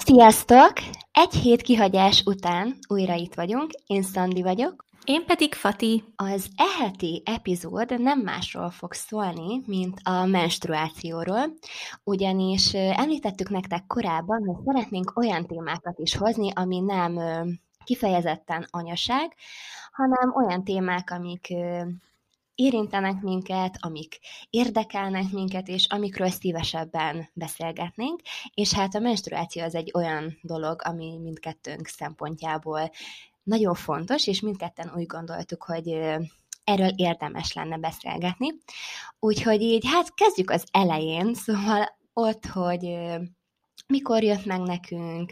Sziasztok! Egy hét kihagyás után újra itt vagyunk, én Szandi vagyok. Én pedig Fati. Az heti epizód nem másról fog szólni, mint a menstruációról, ugyanis említettük nektek korábban, hogy szeretnénk olyan témákat is hozni, ami nem kifejezetten anyaság, hanem olyan témák, amik érintenek minket, amik érdekelnek minket, és amikről szívesebben beszélgetnénk, és hát a menstruáció az egy olyan dolog, ami mindkettőnk szempontjából nagyon fontos, és mindketten úgy gondoltuk, hogy erről érdemes lenne beszélgetni. Úgyhogy így, hát kezdjük az elején, szóval ott, hogy mikor jött meg nekünk,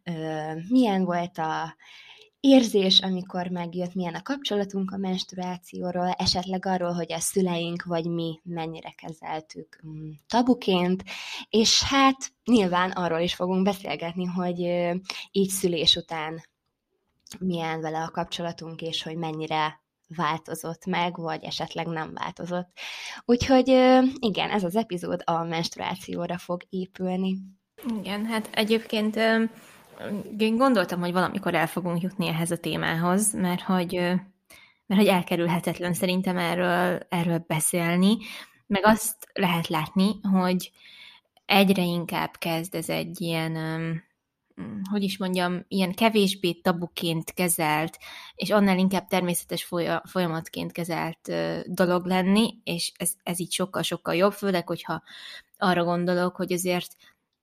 milyen volt a érzés, amikor megjött, milyen a kapcsolatunk a menstruációról, esetleg arról, hogy a szüleink vagy mi mennyire kezeltük tabuként, és hát nyilván arról is fogunk beszélgetni, hogy így szülés után milyen vele a kapcsolatunk, és hogy mennyire változott meg, vagy esetleg nem változott. Úgyhogy igen, ez az epizód a menstruációra fog épülni. Igen, hát egyébként én gondoltam, hogy valamikor el fogunk jutni ehhez a témához, mert hogy elkerülhetetlen szerintem erről beszélni, meg azt lehet látni, hogy egyre inkább kezd ez egy ilyen, hogy is mondjam, ilyen kevésbé tabuként kezelt, és annál inkább természetes folyamatként kezelt dolog lenni, és ez így sokkal-sokkal jobb, főleg, hogyha arra gondolok, hogy azért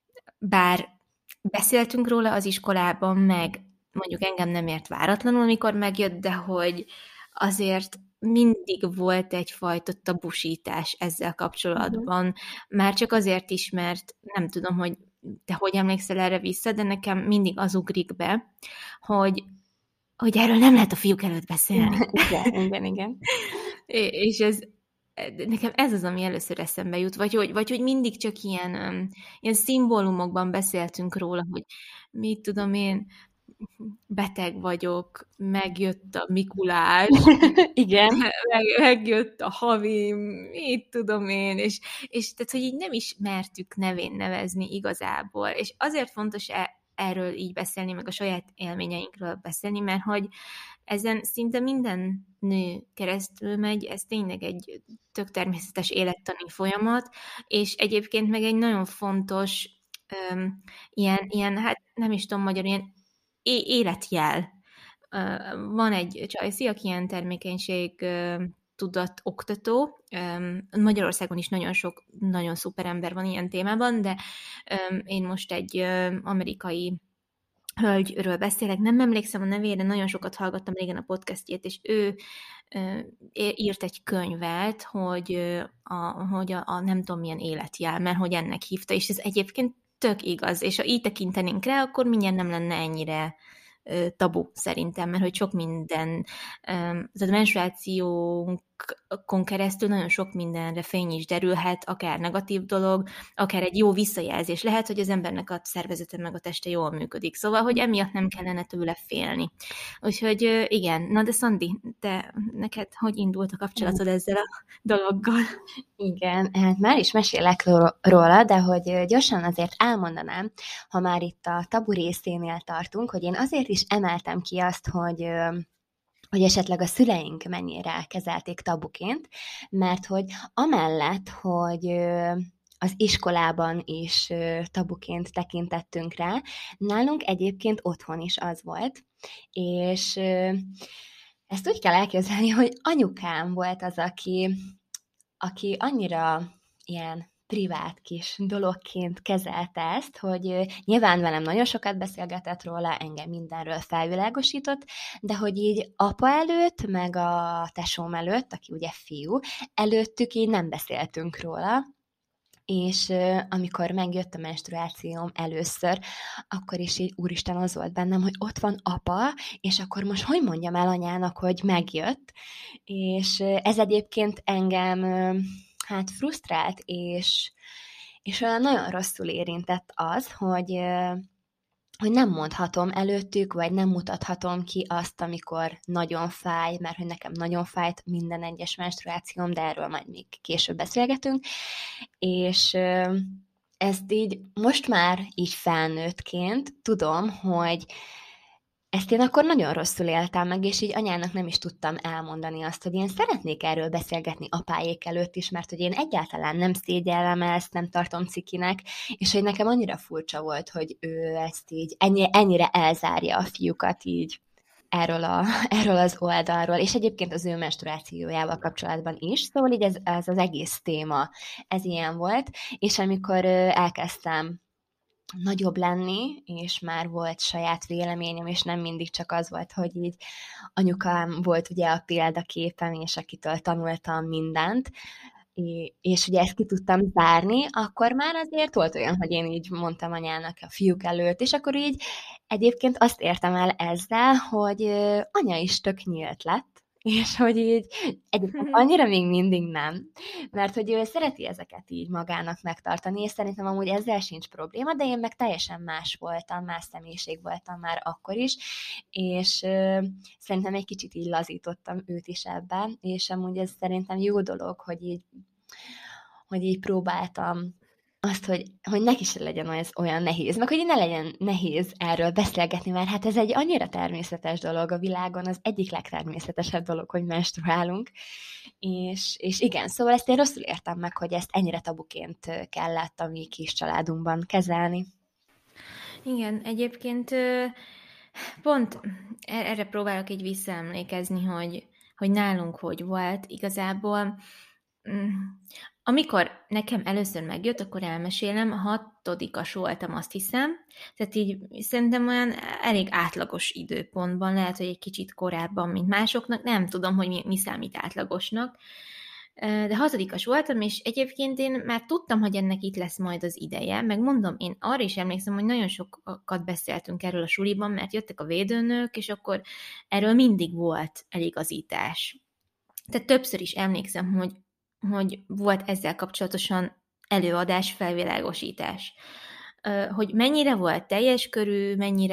bár beszéltünk róla az iskolában, meg mondjuk engem nem ért váratlanul, amikor megjött, de hogy azért mindig volt egyfajta tabusítás ezzel kapcsolatban. Már csak azért is, mert nem tudom, hogy te hogy emlékszel erre vissza, de nekem mindig az ugrik be, hogy erről nem lehet a fiúk előtt beszélni. Igen. És nekem ez az, ami először eszembe jut, vagy hogy mindig csak ilyen szimbólumokban beszéltünk róla, hogy mit tudom én, beteg vagyok, megjött a Mikulás, Igen. megjött a havim, mit tudom én, és tehát, hogy így nem is mertük nevén nevezni igazából, és azért fontos erről így beszélni, meg a saját élményeinkről beszélni, mert hogy ezen szinte minden nő keresztül megy, ez tényleg egy tök természetes élettani folyamat, és egyébként meg egy nagyon fontos ilyen, hát nem is tudom magyarul, ilyen életjel. Van egy csajszi, aki ilyen termékenység tudat oktató. Magyarországon is nagyon szuper ember van ilyen témában, de én most egy amerikai hölgyről beszélek, nem emlékszem a nevére, nagyon sokat hallgattam régen a podcastjét, és ő írt egy könyvet, hogy a nem tudom milyen életjel, mert hogy ennek hívta, és ez egyébként tök igaz, és ha így tekintenénk rá, akkor mindjárt nem lenne ennyire tabu szerintem, mert hogy sok minden, tehát a menstruációnkon keresztül nagyon sok mindenre fény is derülhet, akár negatív dolog, akár egy jó visszajelzés. Lehet, hogy az embernek a szervezete meg a teste jól működik, szóval, hogy emiatt nem kellene tőle félni. Úgyhogy igen, na de Szandi, neked hogy indult a kapcsolatod ezzel a dologgal? Igen, hát már is mesélek róla, de hogy gyorsan azért elmondanám, ha már itt a tabu részénél tartunk, hogy én azért is emeltem ki azt, hogy esetleg a szüleink mennyire kezelték tabuként, mert hogy amellett, hogy az iskolában is tabuként tekintettünk rá, nálunk egyébként otthon is az volt, és ezt úgy kell elképzelni, hogy anyukám volt az, aki annyira ilyen privát kis dologként kezelte ezt, hogy nyilván velem nagyon sokat beszélgetett róla, engem mindenről felvilágosított, de hogy így apa előtt, meg a tesóm előtt, aki ugye fiú, előttük így nem beszéltünk róla, és amikor megjött a menstruációm először, akkor is így úristen az volt bennem, hogy ott van apa, és akkor most hogy mondjam el anyának, hogy megjött, és ez egyébként engem hát frusztrált, és olyan nagyon rosszul érintett az, hogy nem mondhatom előttük, vagy nem mutathatom ki azt, amikor nagyon fáj, mert hogy nekem nagyon fájt minden egyes menstruációm, de erről majd még később beszélgetünk, és ezt így most már így felnőttként tudom, hogy ezt én akkor nagyon rosszul éltem meg, és így anyának nem is tudtam elmondani azt, hogy én szeretnék erről beszélgetni apáék előtt is, mert hogy én egyáltalán nem szégyellem ezt, nem tartom cikinek, és hogy nekem annyira furcsa volt, hogy ő ezt így ennyire elzárja a fiúkat így erről az oldalról, és egyébként az ő menstruációjával kapcsolatban is, szóval így ez az egész téma, ez ilyen volt, és amikor elkezdtem nagyobb lenni, és már volt saját véleményem, és nem mindig csak az volt, hogy így anyukám volt ugye a példaképem, és akitől tanultam mindent, és ugye ezt ki tudtam zárni, akkor már azért volt olyan, hogy én így mondtam anyának a fiúk előtt, és akkor így egyébként azt értem el ezzel, hogy anya is tök nyílt lett, és hogy így egyébként annyira még mindig nem, mert hogy ő szereti ezeket így magának megtartani, és szerintem amúgy ezzel sincs probléma, de én meg teljesen más voltam, más személyiség voltam már akkor is, és szerintem egy kicsit így lazítottam őt is ebben, és amúgy ez szerintem jó dolog, hogy így próbáltam azt, hogy neki se legyen olyan nehéz, meg hogy ne legyen nehéz erről beszélgetni, mert hát ez egy annyira természetes dolog a világon, az egyik legtermészetesebb dolog, hogy menstruálunk, és igen, szóval ezt én rosszul értem meg, hogy ezt ennyire tabuként kellett a mi kis családunkban kezelni. Igen, egyébként pont erre próbálok így visszaemlékezni, hogy nálunk hogy volt igazából. Amikor nekem először megjött, akkor elmesélem, 6-as voltam, azt hiszem, tehát így szerintem olyan elég átlagos időpontban, lehet, hogy egy kicsit korábban, mint másoknak, nem tudom, hogy mi számít átlagosnak, de 6-as voltam, és egyébként én már tudtam, hogy ennek itt lesz majd az ideje, meg mondom, én arra is emlékszem, hogy nagyon sokat beszéltünk erről a suliban, mert jöttek a védőnök, és akkor erről mindig volt eligazítás. Tehát többször is emlékszem, hogy volt ezzel kapcsolatosan előadás, felvilágosítás. Hogy mennyire volt teljes körű,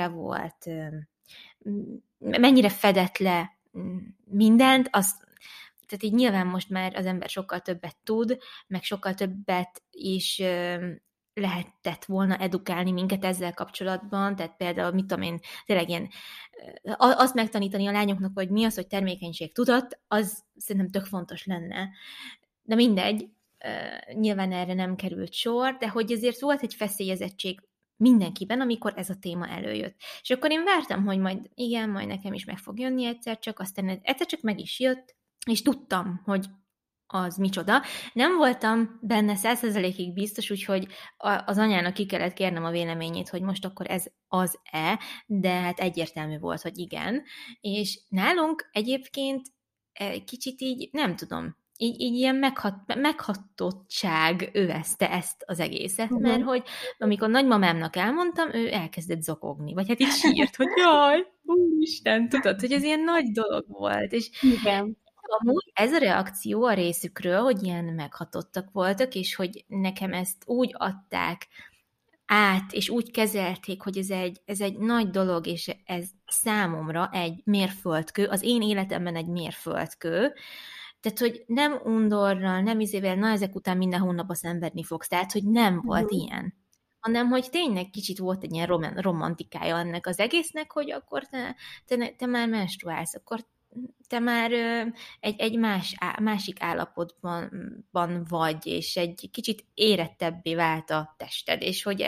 mennyire fedett le mindent, tehát így nyilván most már az ember sokkal többet tud, meg sokkal többet is lehetett volna edukálni minket ezzel kapcsolatban, tehát például, mit tudom én, tényleg ilyen, azt megtanítani a lányoknak, hogy mi az, hogy termékenység tudat, az szerintem tök fontos lenne. De mindegy, nyilván erre nem került sor, de hogy azért volt egy feszélyezettség mindenkiben, amikor ez a téma előjött. És akkor én vártam, hogy majd nekem is meg fog jönni egyszer csak, aztán egyszer csak meg is jött, és tudtam, hogy az micsoda. Nem voltam benne 100%-ig biztos, úgyhogy az anyának ki kellett kérnem a véleményét, hogy most akkor ez az-e, de hát egyértelmű volt, hogy igen. És nálunk egyébként kicsit így, nem tudom, így ilyen meghatottság övezte ezt az egészet, mert hogy amikor nagymamámnak elmondtam, ő elkezdett zokogni, vagy hát így sírt, hogy jaj, úristen, tudod, hogy ez ilyen nagy dolog volt, és Igen. amúgy ez a reakció a részükről, hogy ilyen meghatottak voltak, és hogy nekem ezt úgy adták át, és úgy kezelték, hogy ez egy nagy dolog, és ez számomra egy mérföldkő, az én életemben egy mérföldkő, tehát, hogy nem undorral, nem izével, na ezek után minden hónapban szenvedni fogsz, tehát, hogy nem volt ilyen, hanem, hogy tényleg kicsit volt egy ilyen romantikája ennek az egésznek, hogy akkor te már menstruálsz, akkor te már egy másik állapotban vagy, és egy kicsit érettebbé vált a tested, és hogy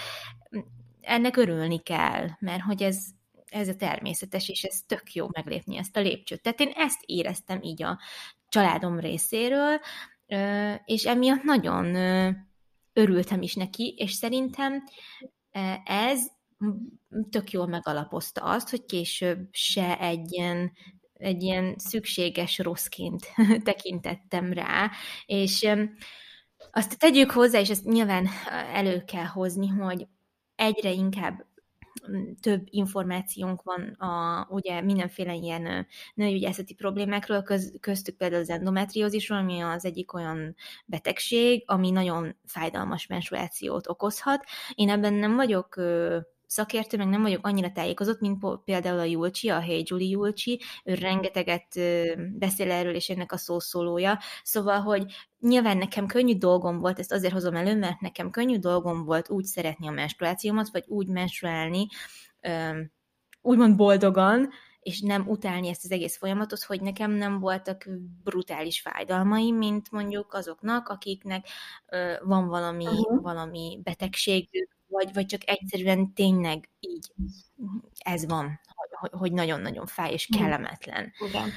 ennek örülni kell, mert hogy ez a természetes, és ez tök jó meglépni ezt a lépcsőt. Tehát én ezt éreztem így a családom részéről, és emiatt nagyon örültem is neki, és szerintem ez tök jól megalapozta azt, hogy később se egy ilyen szükséges rosszként tekintettem rá, és azt tegyük hozzá, és ezt nyilván elő kell hozni, hogy egyre inkább több információnk van ugye mindenféle ilyen nőgyógyászati problémákról, köztük például az endometriózisról, ami az egyik olyan betegség, ami nagyon fájdalmas menstruációt okozhat. Én ebben nem vagyok szakértő, meg nem vagyok annyira tájékozott, mint például a Julcsi, a Hey Julie Julcsi, ő rengeteget beszél erről, és ennek a szószólója. Szóval, hogy nyilván nekem könnyű dolgom volt, ezt azért hozom elő, mert nekem könnyű dolgom volt úgy szeretni a menstruációmat, vagy úgy menstruálni, úgymond boldogan, és nem utálni ezt az egész folyamatot, hogy nekem nem voltak brutális fájdalmaim, mint mondjuk azoknak, akiknek van valami betegségük, vagy csak egyszerűen tényleg így ez van, hogy nagyon-nagyon fáj és kellemetlen. Igen.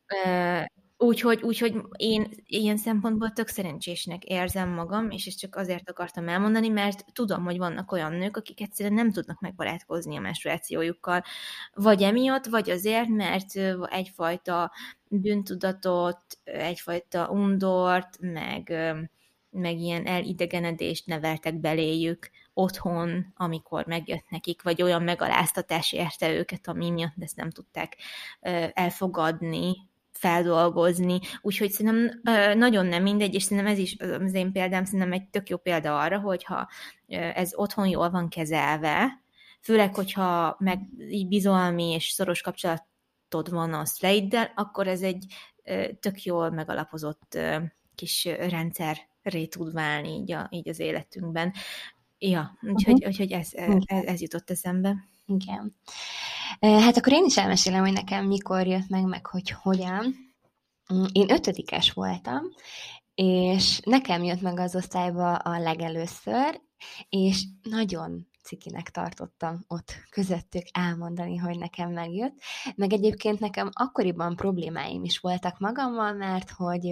Úgyhogy én ilyen szempontból tök szerencsésnek érzem magam, és ezt csak azért akartam elmondani, mert tudom, hogy vannak olyan nők, akik egyszerűen nem tudnak megbarátkozni a menstruációjukkal, vagy emiatt, vagy azért, mert egyfajta bűntudatot, egyfajta undort, meg ilyen elidegenedést neveltek beléjük otthon, amikor megjött nekik, vagy olyan megaláztatás érte őket, ami miatt ezt nem tudták elfogadni, feldolgozni, úgyhogy szerintem nagyon nem mindegy, és szerintem ez is az én példám, szerintem egy tök jó példa arra, hogyha ez otthon jól van kezelve, főleg, hogyha meg így bizalmi és szoros kapcsolatod van a szleiddel, akkor ez egy tök jól megalapozott kis rendszerré tud válni így az életünkben. Ja, úgyhogy ez jutott eszembe. Igen. Hát akkor én is elmesélem, hogy nekem mikor jött meg hogy hogyan. Én 5-es voltam, és nekem jött meg az osztályba a legelőször, és nagyon cikinek tartottam ott közöttük elmondani, hogy nekem megjött. Meg egyébként nekem akkoriban problémáim is voltak magammal, mert hogy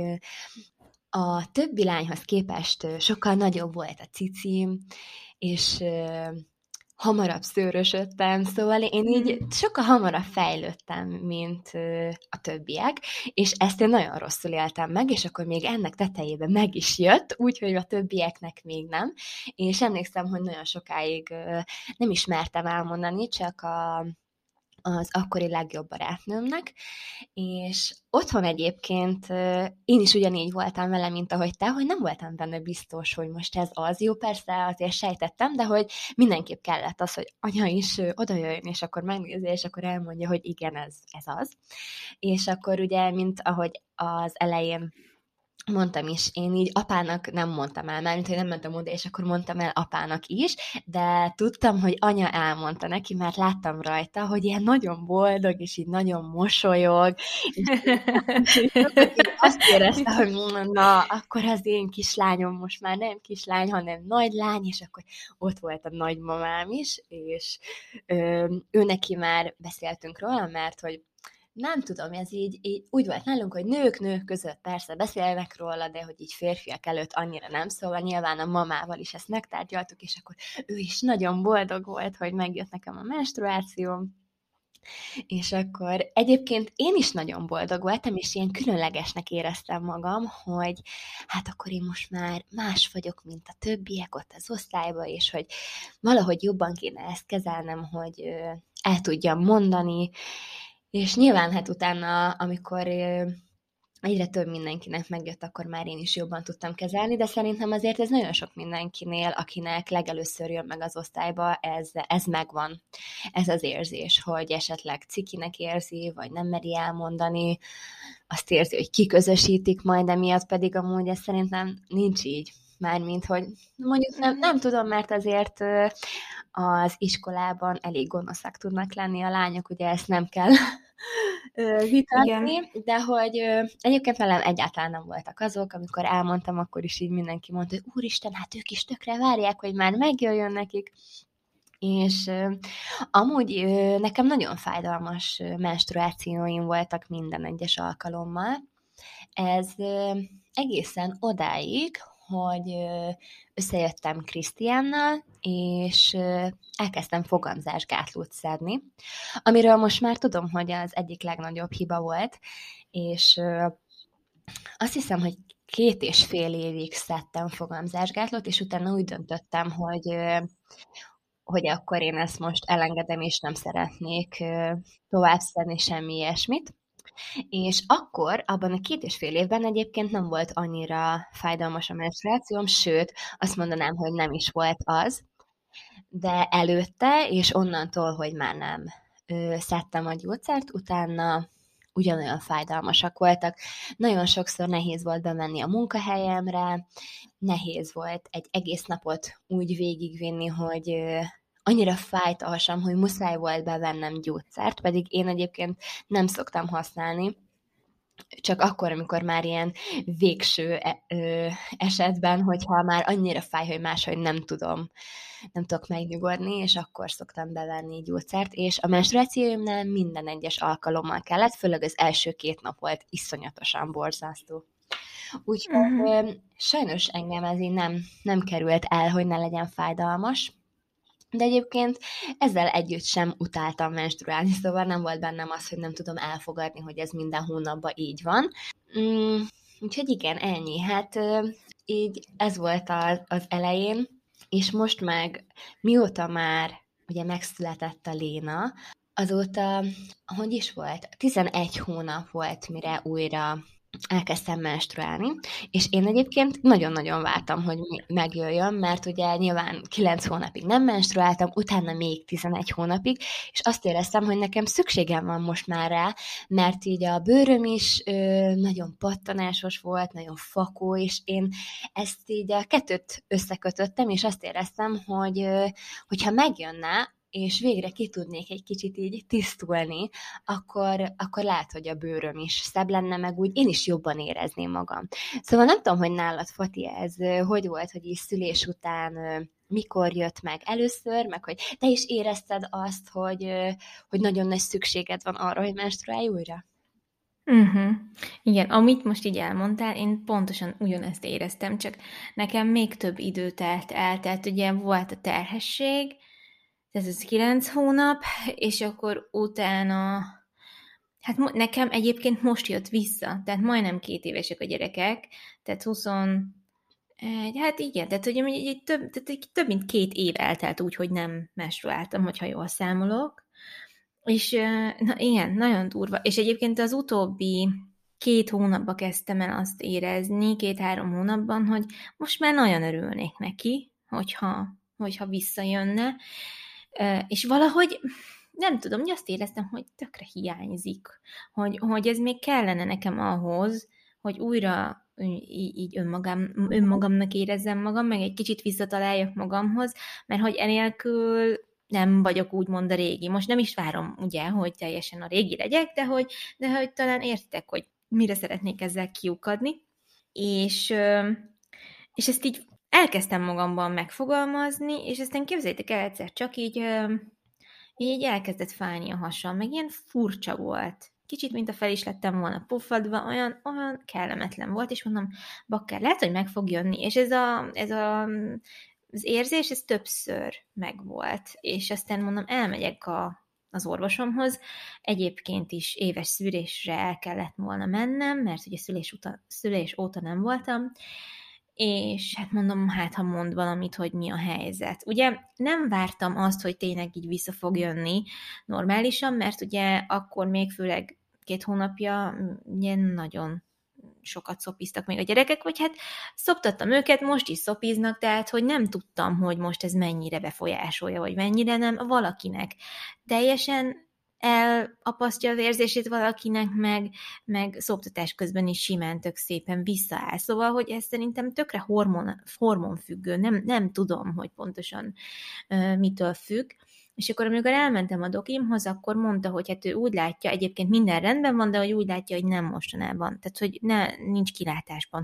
a többi lányhoz képest sokkal nagyobb volt a cicim, és hamarabb szőrösödtem, szóval én így sokkal hamarabb fejlődtem, mint a többiek, és ezt én nagyon rosszul éltem meg, és akkor még ennek tetejében meg is jött, úgyhogy a többieknek még nem, és emlékszem, hogy nagyon sokáig nem is mertem elmondani, csak az akkori legjobb barátnőmnek, és otthon egyébként én is ugyanígy voltam vele, mint ahogy te, hogy nem voltam benne biztos, hogy most ez az. Jó, persze azért sejtettem, de hogy mindenképp kellett az, hogy anya is odajöjjön, és akkor megnézi, és akkor elmondja, hogy igen, ez az. És akkor ugye, mint ahogy az elején mondtam is, én így apának nem mondtam el, mármint, hogy nem mentem oda, és akkor mondtam el apának is, de tudtam, hogy anya elmondta neki, mert láttam rajta, hogy ilyen nagyon boldog, és így nagyon mosolyog, és azt érezte, hogy na, akkor az én kislányom most már nem kislány, hanem nagy lány, és akkor ott volt a nagymamám is, és ő neki már beszéltünk róla, mert hogy nem tudom, ez így úgy volt nálunk, hogy nők között persze beszélnek róla, de hogy így férfiak előtt annyira nem, szóval nyilván a mamával is ezt megtárgyaltuk, és akkor ő is nagyon boldog volt, hogy megjött nekem a menstruációm, és akkor egyébként én is nagyon boldog voltam, és ilyen különlegesnek éreztem magam, hogy hát akkor én most már más vagyok, mint a többiek ott az osztályban, és hogy valahogy jobban kéne ezt kezelnem, hogy el tudjam mondani, és nyilván hát utána, amikor egyre több mindenkinek megjött, akkor már én is jobban tudtam kezelni, de szerintem azért ez nagyon sok mindenkinél, akinek legelőször jön meg az osztályba, ez megvan. Ez az érzés, hogy esetleg cikinek érzi, vagy nem meri elmondani, azt érzi, hogy kiközösítik majd, emiatt pedig amúgy ez szerintem nincs így. Mármint, hogy mondjuk nem tudom, mert azért az iskolában elég gonoszak tudnak lenni a lányok, ugye ezt nem kell vitatni, de hogy egyébként velem egyáltalán nem voltak azok, amikor elmondtam, akkor is így mindenki mondta, hogy úristen, hát ők is tökre várják, hogy már megjöjjön nekik. És amúgy nekem nagyon fájdalmas menstruációim voltak minden egyes alkalommal. Ez egészen odáig, hogy összejöttem Krisztiánnal, és elkezdtem fogamzásgátlót szedni, amiről most már tudom, hogy az egyik legnagyobb hiba volt, és azt hiszem, hogy 2,5 évig szedtem fogamzásgátlót, és utána úgy döntöttem, hogy akkor én ezt most elengedem, és nem szeretnék tovább szedni semmi ilyesmit. És akkor, abban a 2,5 évben egyébként nem volt annyira fájdalmas a menstruációm, sőt, azt mondanám, hogy nem is volt az, de előtte, és onnantól, hogy már nem szedtem a gyógyszert, utána ugyanolyan fájdalmasak voltak. Nagyon sokszor nehéz volt bemenni a munkahelyemre, nehéz volt egy egész napot úgy végigvinni, hogy annyira fájt a hasam, hogy muszáj volt bevennem gyógyszert, pedig én egyébként nem szoktam használni, csak akkor, amikor már ilyen végső esetben, hogyha már annyira fáj, hogy máshogy nem tudok megnyugodni, és akkor szoktam bevenni gyógyszert, és a menstruációimnál minden egyes alkalommal kellett, főleg az első 2 nap volt iszonyatosan borzasztó. Uh-huh. Úgyhogy sajnos engem ez így nem került el, hogy ne legyen fájdalmas, de egyébként ezzel együtt sem utáltam menstruálni, szóval nem volt bennem az, hogy nem tudom elfogadni, hogy ez minden hónapban így van. Úgyhogy igen, ennyi. Hát így ez volt az elején, és most meg mióta már ugye megszületett a Léna, azóta, hogy is volt? 11 hónap volt, mire újra elkezdtem menstruálni, és én egyébként nagyon-nagyon vártam, hogy megjöjjön, mert ugye nyilván 9 hónapig nem menstruáltam, utána még 11 hónapig, és azt éreztem, hogy nekem szükségem van most már rá, mert így a bőröm is nagyon pattanásos volt, nagyon fakó, és én ezt így a kettőt összekötöttem, és azt éreztem, hogy hogyha megjönne, és végre ki tudnék egy kicsit így tisztulni, akkor lehet, hogy a bőröm is szebb lenne, meg úgy én is jobban érezném magam. Szóval nem tudom, hogy nálad, Fati, ez hogy volt, hogy így szülés után mikor jött meg először, meg hogy te is érezted azt, hogy nagyon nagy szükséged van arra, hogy menstruálj újra? Uh-huh. Igen, amit most így elmondtál, én pontosan ugyanezt éreztem, csak nekem még több idő telt el, tehát ugye volt a terhesség, tehát ez 9 hónap, és akkor utána, hát nekem egyébként most jött vissza, tehát majdnem 2 évesek a gyerekek, tehát 21, hát igen, tehát hogy több mint 2 év eltelt úgy, hogy nem menstruáltam, hogyha jól számolok, és na igen, nagyon durva. És egyébként az utóbbi 2 hónapban kezdtem el azt érezni, 2-3 hónapban, hogy most már nagyon örülnék neki, hogyha visszajönne. És valahogy nem tudom, hogy azt éreztem, hogy tökre hiányzik, hogy ez még kellene nekem ahhoz, hogy újra így önmagamnak érezzem magam, meg egy kicsit visszataláljak magamhoz, mert hogy enélkül nem vagyok úgymond a régi. Most nem is várom, ugye, hogy teljesen a régi legyek, de hogy talán értitek, hogy mire szeretnék ezzel kiukadni. És ezt így elkezdtem magamban megfogalmazni, és aztán képzeljétek el, egyszer csak így elkezdett fájni a hasam, meg ilyen furcsa volt. Kicsit, mint a fel is lettem volna puffadva, olyan kellemetlen volt, és mondom, bakker, lehet, hogy meg fog jönni, és az érzés, ez többször megvolt, és aztán mondom, elmegyek az orvosomhoz, egyébként is éves szűrésre el kellett volna mennem, mert ugye szülés óta nem voltam, és hát mondom, hát ha mond valamit, hogy mi a helyzet. Ugye nem vártam azt, hogy tényleg így vissza fog jönni normálisan, mert ugye akkor még főleg 2 hónapja ugye nagyon sokat szopiztak még a gyerekek, vagy hát szoptattam őket, most is szopiznak, tehát hogy nem tudtam, hogy most ez mennyire befolyásolja, vagy mennyire nem valakinek. Teljesen elapasztja az érzését valakinek, meg szoptatás közben is simán tök szépen visszaáll. Szóval, hogy ez szerintem tökre hormonfüggő, nem tudom, hogy pontosan mitől függ. És akkor, amikor elmentem a dokimhoz, akkor mondta, hogy hát ő úgy látja, egyébként minden rendben van, de hogy úgy látja, hogy nem mostanában. Tehát, hogy nincs kilátásban,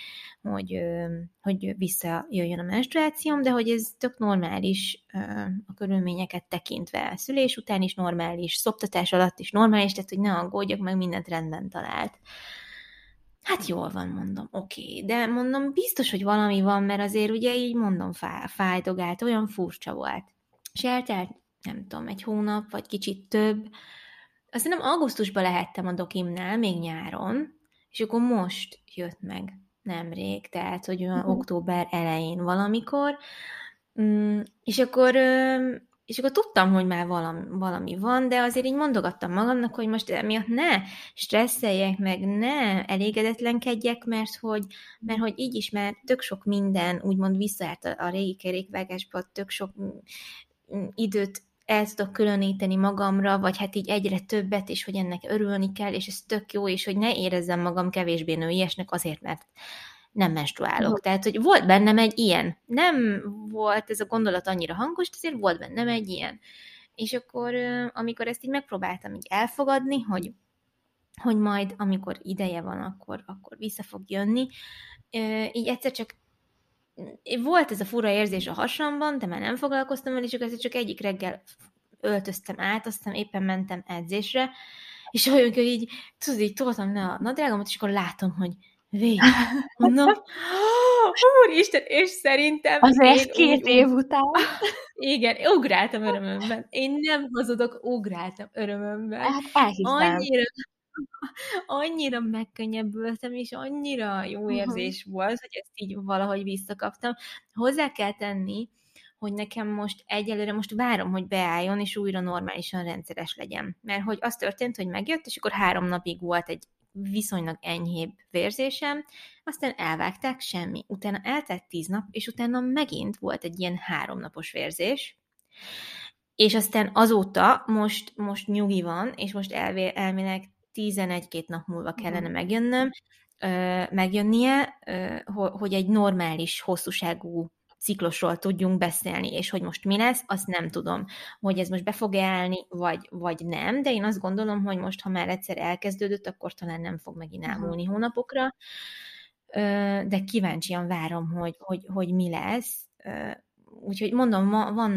hogy visszajöjjön a menstruációm, de hogy ez tök normális a körülményeket tekintve. Szülés után is normális, szoptatás alatt is normális, tehát, hogy ne aggódjak, meg mindent rendben talált. Hát jól van, mondom, oké, de mondom, biztos, hogy valami van, mert azért ugye így mondom, fájdogált, olyan furcsa volt. És eltelt, nem tudom, 1 hónap, vagy kicsit több. Aztán nem augusztusban lehettem a dokimnál, még nyáron, és akkor most jött meg nemrég, tehát, hogy olyan október elején valamikor, és akkor És akkor tudtam, hogy már valami van, de azért így mondogattam magamnak, hogy most emiatt ne stresszeljek meg, ne elégedetlenkedjek, mert hogy így is már tök sok minden úgymond visszaállt a régi kerékvágásba, tök sok időt el tudok különíteni magamra, vagy hát így egyre többet, és hogy ennek örülni kell, és ez tök jó, és hogy ne érezzem magam kevésbé nőiesnek azért, mert nem menstruálok. Tehát, hogy volt bennem egy ilyen. Nem volt ez a gondolat annyira hangos, de azért volt bennem egy ilyen. És akkor, amikor ezt így megpróbáltam így elfogadni, hogy majd, amikor ideje van, akkor vissza fog jönni, így egyszer csak volt ez a fura érzés a hasamban, de már nem foglalkoztam vele, és akkor egyszer csak egyik reggel öltöztem át, aztán éppen mentem edzésre, és olyankor így, tudod, így toltam le a nadrágomat, és akkor látom, hogy végig. Mondom, úristen, és szerintem Azért 2 év után. Igen, ugráltam örömömben. Én nem hazudok, ugráltam örömömben. Hát elhiszem. Annyira megkönnyebbültem, és annyira jó érzés volt, hogy ezt így valahogy visszakaptam. Hozzá kell tenni, hogy nekem most egyelőre most várom, hogy beálljon, és újra normálisan rendszeres legyen. Mert hogy az történt, hogy megjött, és akkor 3 napig volt egy viszonylag enyhébb vérzésem, aztán elvágták, semmi. Utána eltelt 10 nap, és utána megint volt egy ilyen 3 napos vérzés, és aztán azóta most nyugi van, és most elvileg 11-2 nap múlva kellene megjönnie, hogy egy normális, hosszúságú ciklusról tudjunk beszélni, és hogy most mi lesz, azt nem tudom, hogy ez most be fog állni, vagy nem, de én azt gondolom, hogy most, ha már egyszer elkezdődött, akkor talán nem fog megint elmúlni hónapokra, de kíváncsian várom, hogy mi lesz. Úgyhogy mondom,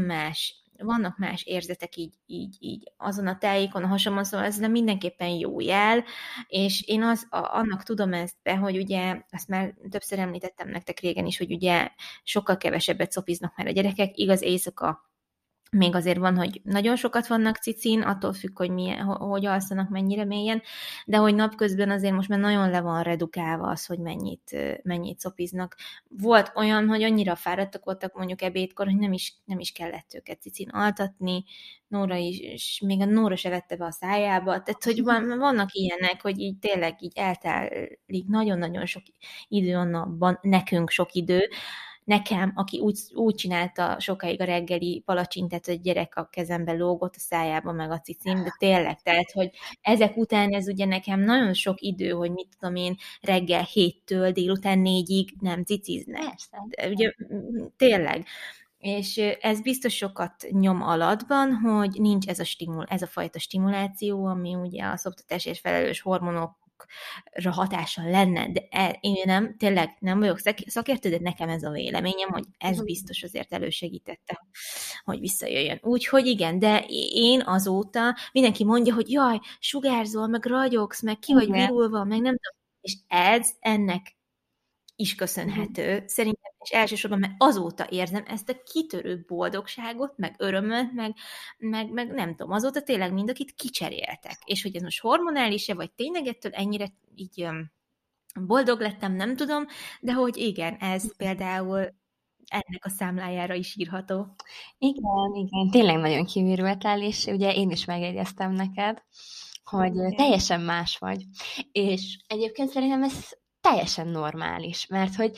vannak más érzetek így azon a tájékon, a hasamon, szóval ez mindenképpen jó jel, és én annak tudom ezt be, hogy ugye, azt már többször említettem nektek régen is, hogy ugye sokkal kevesebbet szopiznak már a gyerekek, igaz, éjszaka még azért van, hogy nagyon sokat vannak cicin, attól függ, hogy hogy alszanak, mennyire mélyen, de hogy napközben azért most már nagyon le van redukálva az, hogy mennyit szopiznak. Volt olyan, hogy annyira fáradtak voltak mondjuk ebédkor, hogy nem is kellett őket cicin altatni, Nóra is, és még a Nóra se vette be a szájába, tehát hogy vannak ilyenek, hogy így tényleg így eltelik nagyon-nagyon sok idő a napban, nekünk sok idő, nekem, aki úgy csinálta sokáig a reggeli palacsintát, hogy a gyerek a kezembe lógott, a szájába meg a cicim, de tényleg, tehát, hogy ezek után ez ugye nekem nagyon sok idő, hogy mit tudom én, reggel 7-től délután 4-ig nem ciciznek. De ugye tényleg. És ez biztos sokat nyom alatban, hogy nincs ez a fajta stimuláció, ami ugye a szoptatásért felelős hormonok hatással lenne, de én tényleg nem vagyok szakértő, de nekem ez a véleményem, hogy ez biztos azért elősegítette, hogy visszajöjjön. Úgyhogy igen, de én azóta mindenki mondja, hogy jaj, sugárzol, meg ragyogsz, meg ki vagy virulva, meg nem tudom, és ez ennek is köszönhető, szerintem, és elsősorban, mert azóta érzem ezt a kitörő boldogságot, meg örömöt, meg nem tudom, azóta tényleg akit kicseréltek. És hogy ez most hormonális-e, vagy tényleg ettől ennyire így boldog lettem, nem tudom, de hogy igen, ez például ennek a számlájára is írható. Igen, tényleg nagyon kivirultál, és ugye én is megjegyeztem neked, hogy teljesen más vagy. És egyébként szerintem ez teljesen normális, mert hogy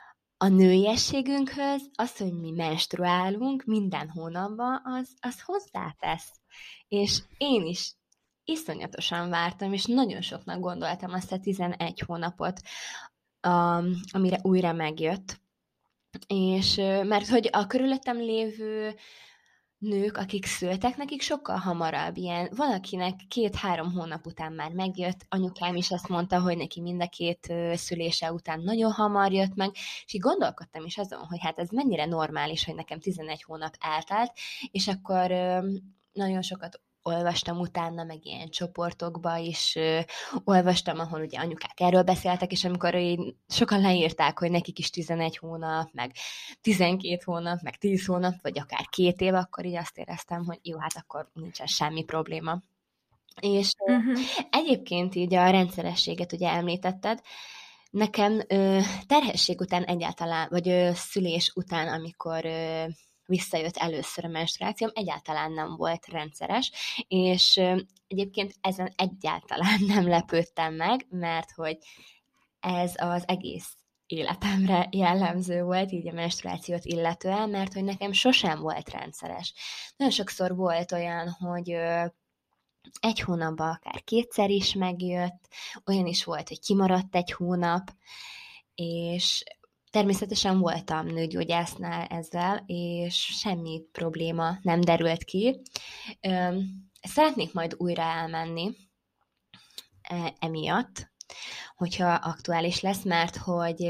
a nőiességünkhöz az, hogy mi menstruálunk minden hónapban, az hozzátesz. És én is iszonyatosan vártam, és nagyon soknak gondoltam azt a 11 hónapot, amire újra megjött. És mert hogy a körülöttem lévő nők, akik szültek, nekik sokkal hamarabb ilyen. Valakinek 2-3 hónap után már megjött, anyukám is azt mondta, hogy neki mind a 2 szülése után nagyon hamar jött meg, és így gondolkodtam is azon, hogy hát ez mennyire normális, hogy nekem 11 hónap eltelt, és akkor nagyon sokat olvastam utána, meg ilyen csoportokba is olvastam, ahol ugye anyukák erről beszéltek, és amikor sokan leírták, hogy nekik is 11 hónap, meg 12 hónap, meg 10 hónap, vagy akár 2 év, akkor így azt éreztem, hogy jó, hát akkor nincsen semmi probléma. És egyébként így a rendszerességet ugye említetted, nekem terhesség után egyáltalán, vagy szülés után, amikor visszajött először a menstruációm, egyáltalán nem volt rendszeres, és egyébként ezen egyáltalán nem lepődtem meg, mert hogy ez az egész életemre jellemző volt, így a menstruációt illetően, mert hogy nekem sosem volt rendszeres. Nagyon sokszor volt olyan, hogy egy hónapban akár kétszer is megjött, olyan is volt, hogy kimaradt egy hónap, és természetesen voltam nőgyógyásznál ezzel, és semmi probléma nem derült ki. Szeretnék majd újra elmenni emiatt, hogyha aktuális lesz, mert hogy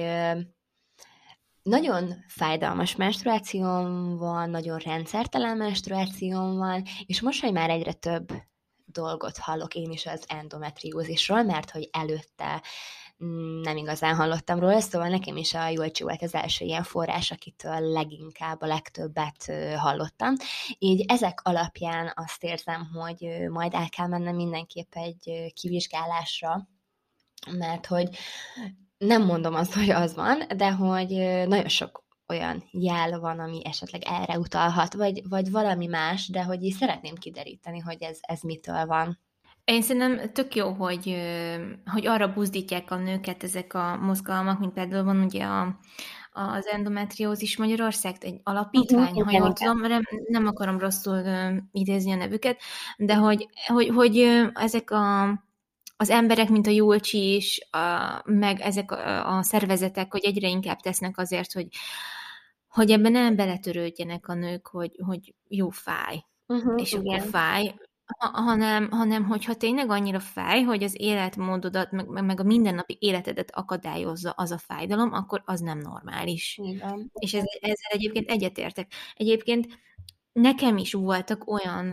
nagyon fájdalmas menstruációm van, nagyon rendszertelen menstruációm van, és most, hogy már egyre több dolgot hallok én is az endometriózisról, mert hogy előtte nem igazán hallottam róla, szóval nekem is a Jolcsi volt az első ilyen forrás, akitől leginkább a legtöbbet hallottam. Így ezek alapján azt érzem, hogy majd el kell mennem mindenképp egy kivizsgálásra, mert hogy nem mondom azt, hogy az van, de hogy nagyon sok olyan jel van, ami esetleg erre utalhat, vagy valami más, de hogy így szeretném kideríteni, hogy ez mitől van. Én szerintem tök jó, hogy arra buzdítják a nőket ezek a mozgalmak, mint például van ugye az endometriózis Magyarország, egy alapítvány, ha jól tudom, nem akarom rosszul idézni a nevüket, de hogy ezek az emberek, mint a Julcsi is, meg ezek a szervezetek, hogy egyre inkább tesznek azért, hogy ebben nem beletörődjenek a nők, hogy jó fáj, és igen. akkor fáj, hanem hogyha tényleg annyira fáj, hogy az életmódodat, meg a mindennapi életedet akadályozza az a fájdalom, akkor az nem normális. Igen. És ezzel egyébként egyetértek. Egyébként nekem is voltak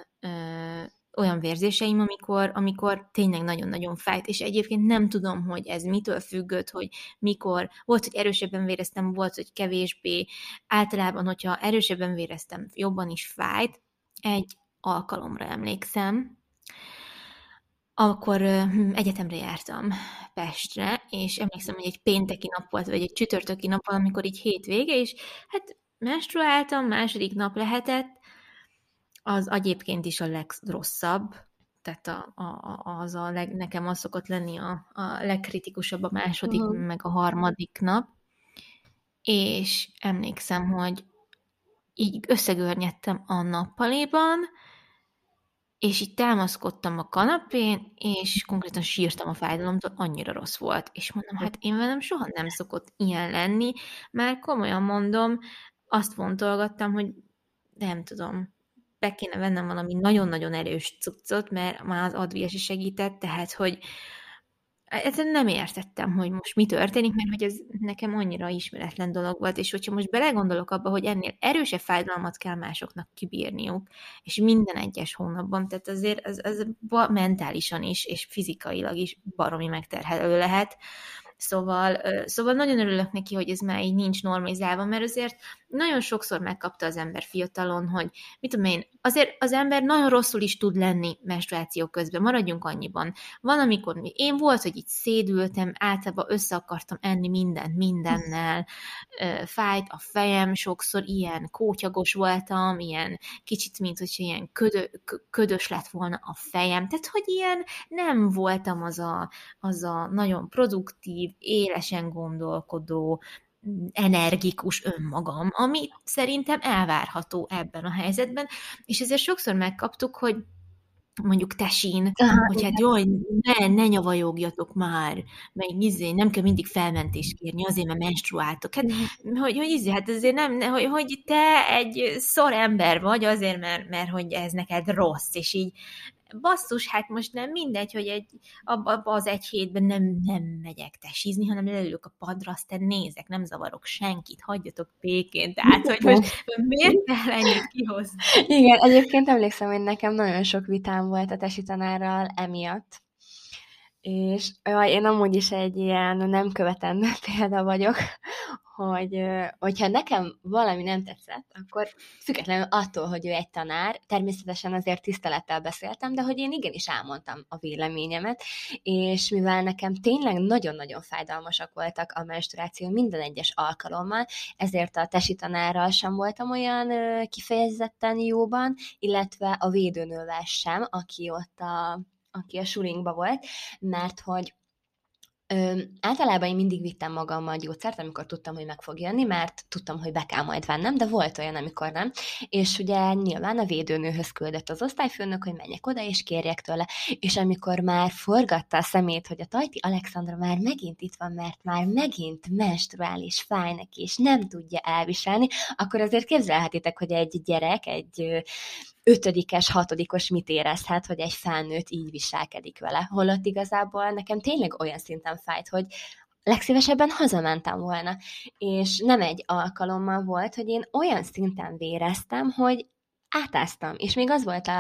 olyan vérzéseim, amikor tényleg nagyon-nagyon fájt, és egyébként nem tudom, hogy ez mitől függött, hogy mikor. Volt, hogy erősebben véreztem, volt, hogy kevésbé. Általában, hogyha erősebben véreztem, jobban is fájt. Egy alkalomra emlékszem, akkor egyetemre jártam Pestre, és emlékszem, hogy egy pénteki nap volt, vagy egy csütörtöki nap volt, amikor így hétvége, és hát menstruáltam, második nap lehetett, az egyébként is a legrosszabb, tehát nekem az szokott lenni a legkritikusabb a második, meg a harmadik nap, és emlékszem, hogy így összegörnyedtem a nappaliban, és így támaszkodtam a kanapén, és konkrétan sírtam a fájdalomtól, annyira rossz volt. És mondom, hát én velem soha nem szokott ilyen lenni, már komolyan mondom, azt fontolgattam, hogy nem tudom, be kéne vennem valami nagyon-nagyon erős cuccot, mert már az Advil se segített, tehát, hogy egyszerűen nem értettem, hogy most mi történik, mert hogy ez nekem annyira ismeretlen dolog volt, és hogyha most belegondolok abba, hogy ennél erősebb fájdalmat kell másoknak kibírniuk, és minden egyes hónapban, tehát azért az mentálisan is, és fizikailag is baromi megterhelő lehet. Szóval nagyon örülök neki, hogy ez már így nincs normalizálva, mert azért nagyon sokszor megkapta az ember fiatalon, hogy mit tudom én, azért az ember nagyon rosszul is tud lenni menstruáció közben, maradjunk annyiban. Van, amikor én volt, hogy így szédültem, általában össze akartam enni mindennel, fájt a fejem, sokszor ilyen kótyagos voltam, ilyen kicsit, mint hogy ilyen ködös lett volna a fejem, tehát hogy ilyen nem voltam az a nagyon produktív, élesen gondolkodó, energikus önmagam, ami szerintem elvárható ebben a helyzetben, és ezért sokszor megkaptuk, hogy mondjuk tesin, hogy hát jaj, ne nyavajogjatok már, meg nem kell mindig felmentést kérni, azért, mert menstruáltok. Hát, hát azért nem, hogy te egy szor ember vagy, azért, mert hogy ez neked rossz, és így basszus, hát most nem mindegy, hogy abba az egy hétben nem megyek tesizni, hanem leülök a padra, aztán nézek, nem zavarok senkit, hagyjatok békén, tehát, hogy most miért kell ennyit kihozni? Igen, egyébként emlékszem, hogy nekem nagyon sok vitám volt a tesi tanárral emiatt, és én amúgy is egy ilyen nem követendő példa vagyok, hogyha nekem valami nem tetszett, akkor függetlenül attól, hogy ő egy tanár, természetesen azért tisztelettel beszéltem, de hogy én igenis elmondtam a véleményemet, és mivel nekem tényleg nagyon-nagyon fájdalmasak voltak a menstruáció minden egyes alkalommal, ezért a tesi tanárral sem voltam olyan kifejezetten jóban, illetve a védőnővel sem, aki a sulinkba volt, mert hogy általában én mindig vittem magammal gyógyszert, amikor tudtam, hogy meg fog jönni, mert tudtam, hogy be kell majd vennem, de volt olyan, amikor nem. És ugye nyilván a védőnőhöz küldött az osztályfőnök, hogy menjek oda, és kérjek tőle. És amikor már forgatta a szemét, hogy a Tajti Alexandra már megint itt van, mert már megint menstruális, fáj neki, és nem tudja elviselni, akkor azért képzelhetitek, hogy egy gyerek, egy ötödikes, hatodikos mit érezhet, hogy egy felnőtt így viselkedik vele. Holott igazából nekem tényleg olyan szinten fájt, hogy legszívesebben hazamentem volna. És nem egy alkalommal volt, hogy én olyan szinten véreztem, hogy átáztam. És még az volt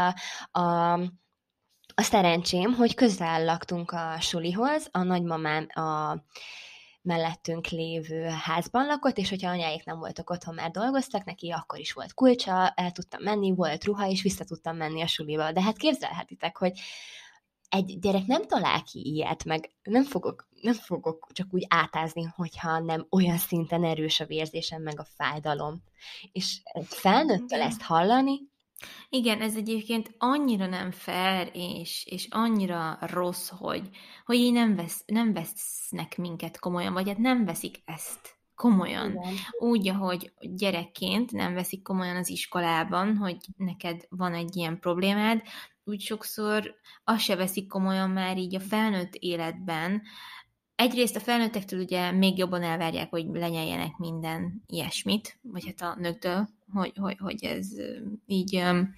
a szerencsém, hogy közel laktunk a sulihoz, a nagymamám a mellettünk lévő házban lakott, és hogyha anyáik nem voltak otthon, már dolgoztak, neki akkor is volt kulcsa, el tudtam menni, volt ruha, és vissza tudtam menni a suliba. De hát képzelhetitek, hogy egy gyerek nem talál ki ilyet, meg nem fogok csak úgy átázni, hogyha nem olyan szinten erős a vérzésem, meg a fájdalom. És egy felnőttől ezt hallani, Igen, ez egyébként annyira nem fair, és annyira rossz, hogy így nem vesznek minket komolyan, vagy hát nem veszik ezt komolyan. igen. Úgy, ahogy gyerekként nem veszik komolyan az iskolában, hogy neked van egy ilyen problémád, úgy sokszor azt se veszik komolyan már így a felnőtt életben. Egyrészt a felnőttektől ugye még jobban elvárják, hogy lenyeljenek minden ilyesmit, vagy hát a nőktől, hogy ez így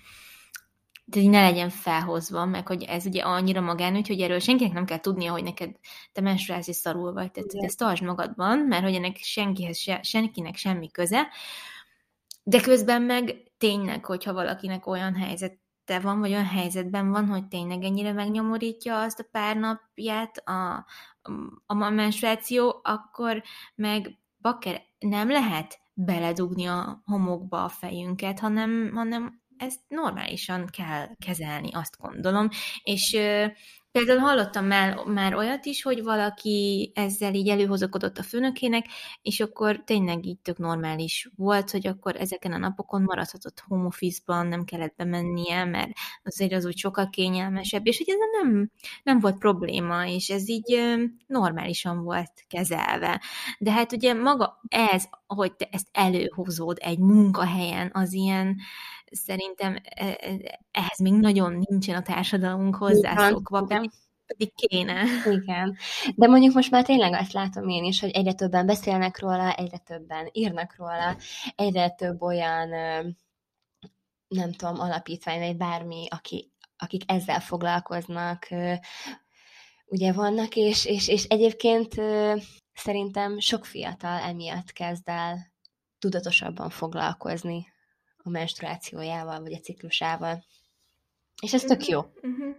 de így ne legyen felhozva, meg hogy ez ugye annyira magánügy, hogy erről senkinek nem kell tudnia, hogy neked te menstruálsz és szarul vagy. Tehát hogy ezt tartsd magadban, mert hogy ennek senkinek semmi köze. De közben meg tényleg, hogyha valakinek olyan helyzete van, vagy olyan helyzetben van, hogy tényleg ennyire megnyomorítja azt a pár napját a menstruáció, akkor meg bakker nem lehet beledugni a homokba a fejünket, hanem ezt normálisan kell kezelni, azt gondolom. És például hallottam már olyat is, hogy valaki ezzel így előhozakodott a főnökének, és akkor tényleg így tök normális volt, hogy akkor ezeken a napokon maradhatott home office-ban, nem kellett bemennie, mert azért az úgy sokkal kényelmesebb, és hogy ez nem volt probléma, és ez így normálisan volt kezelve. De hát ugye maga ez, hogy te ezt előhozod egy munkahelyen, az ilyen szerintem ehhez még nagyon nincsen a társadalmunk hozzászokva, pedig kéne. Igen. De mondjuk most már tényleg azt látom én is, hogy egyre többen beszélnek róla, egyre többen írnak róla, egyre több olyan, nem tudom, alapítvány, vagy bármi, akik ezzel foglalkoznak, ugye vannak, és egyébként szerintem sok fiatal emiatt kezd el tudatosabban foglalkozni a menstruációjával, vagy a ciklusával. És ez tök jó.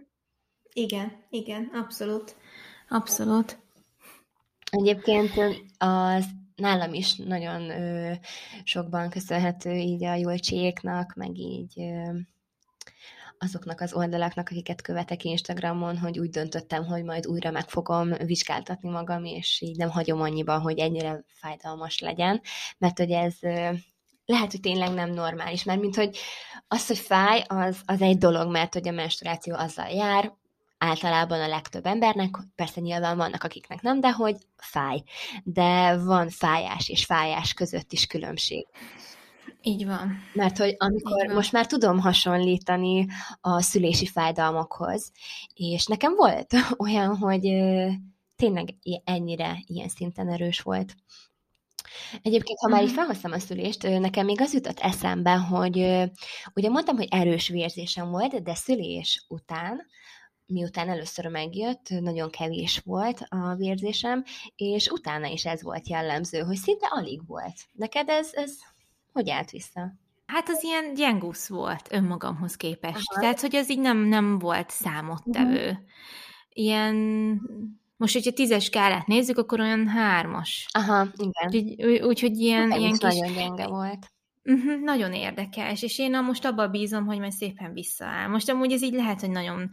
Igen, abszolút. Egyébként nálam is nagyon sokban köszönhető így a Jolcsiéknak, meg így azoknak az oldalaknak, akiket követek Instagramon, hogy úgy döntöttem, hogy majd újra meg fogom vizsgáltatni magam, és így nem hagyom annyiban, hogy ennyire fájdalmas legyen, mert hogy ez lehet, hogy tényleg nem normális, mert mint hogy az, hogy fáj, az egy dolog, mert hogy a menstruáció azzal jár, általában a legtöbb embernek, persze nyilván vannak, akiknek nem, de hogy fáj. De van fájás és fájás között is különbség. Így van. Mert hogy amikor most már tudom hasonlítani a szülési fájdalmakhoz, és nekem volt olyan, hogy tényleg ennyire ilyen szinten erős volt. Egyébként, ha már így felhoztam a szülést, nekem még az jutott eszembe, hogy ugye mondtam, hogy erős vérzésem volt, de szülés után, miután először megjött, nagyon kevés volt a vérzésem, és utána is ez volt jellemző, hogy szinte alig volt. Neked ez hogy állt vissza? Hát az ilyen gyengusz volt önmagamhoz képest. Aha. Tehát, hogy az így nem volt számottevő. Ilyen Most, hogyha 10-es skálát nézzük, akkor olyan 3-as. Aha, igen. Úgyhogy Nekem ilyen is kis... nagyon gyenge volt. Nagyon érdekes, és én most abban bízom, hogy majd szépen visszaáll. Most amúgy ez így lehet, hogy nagyon...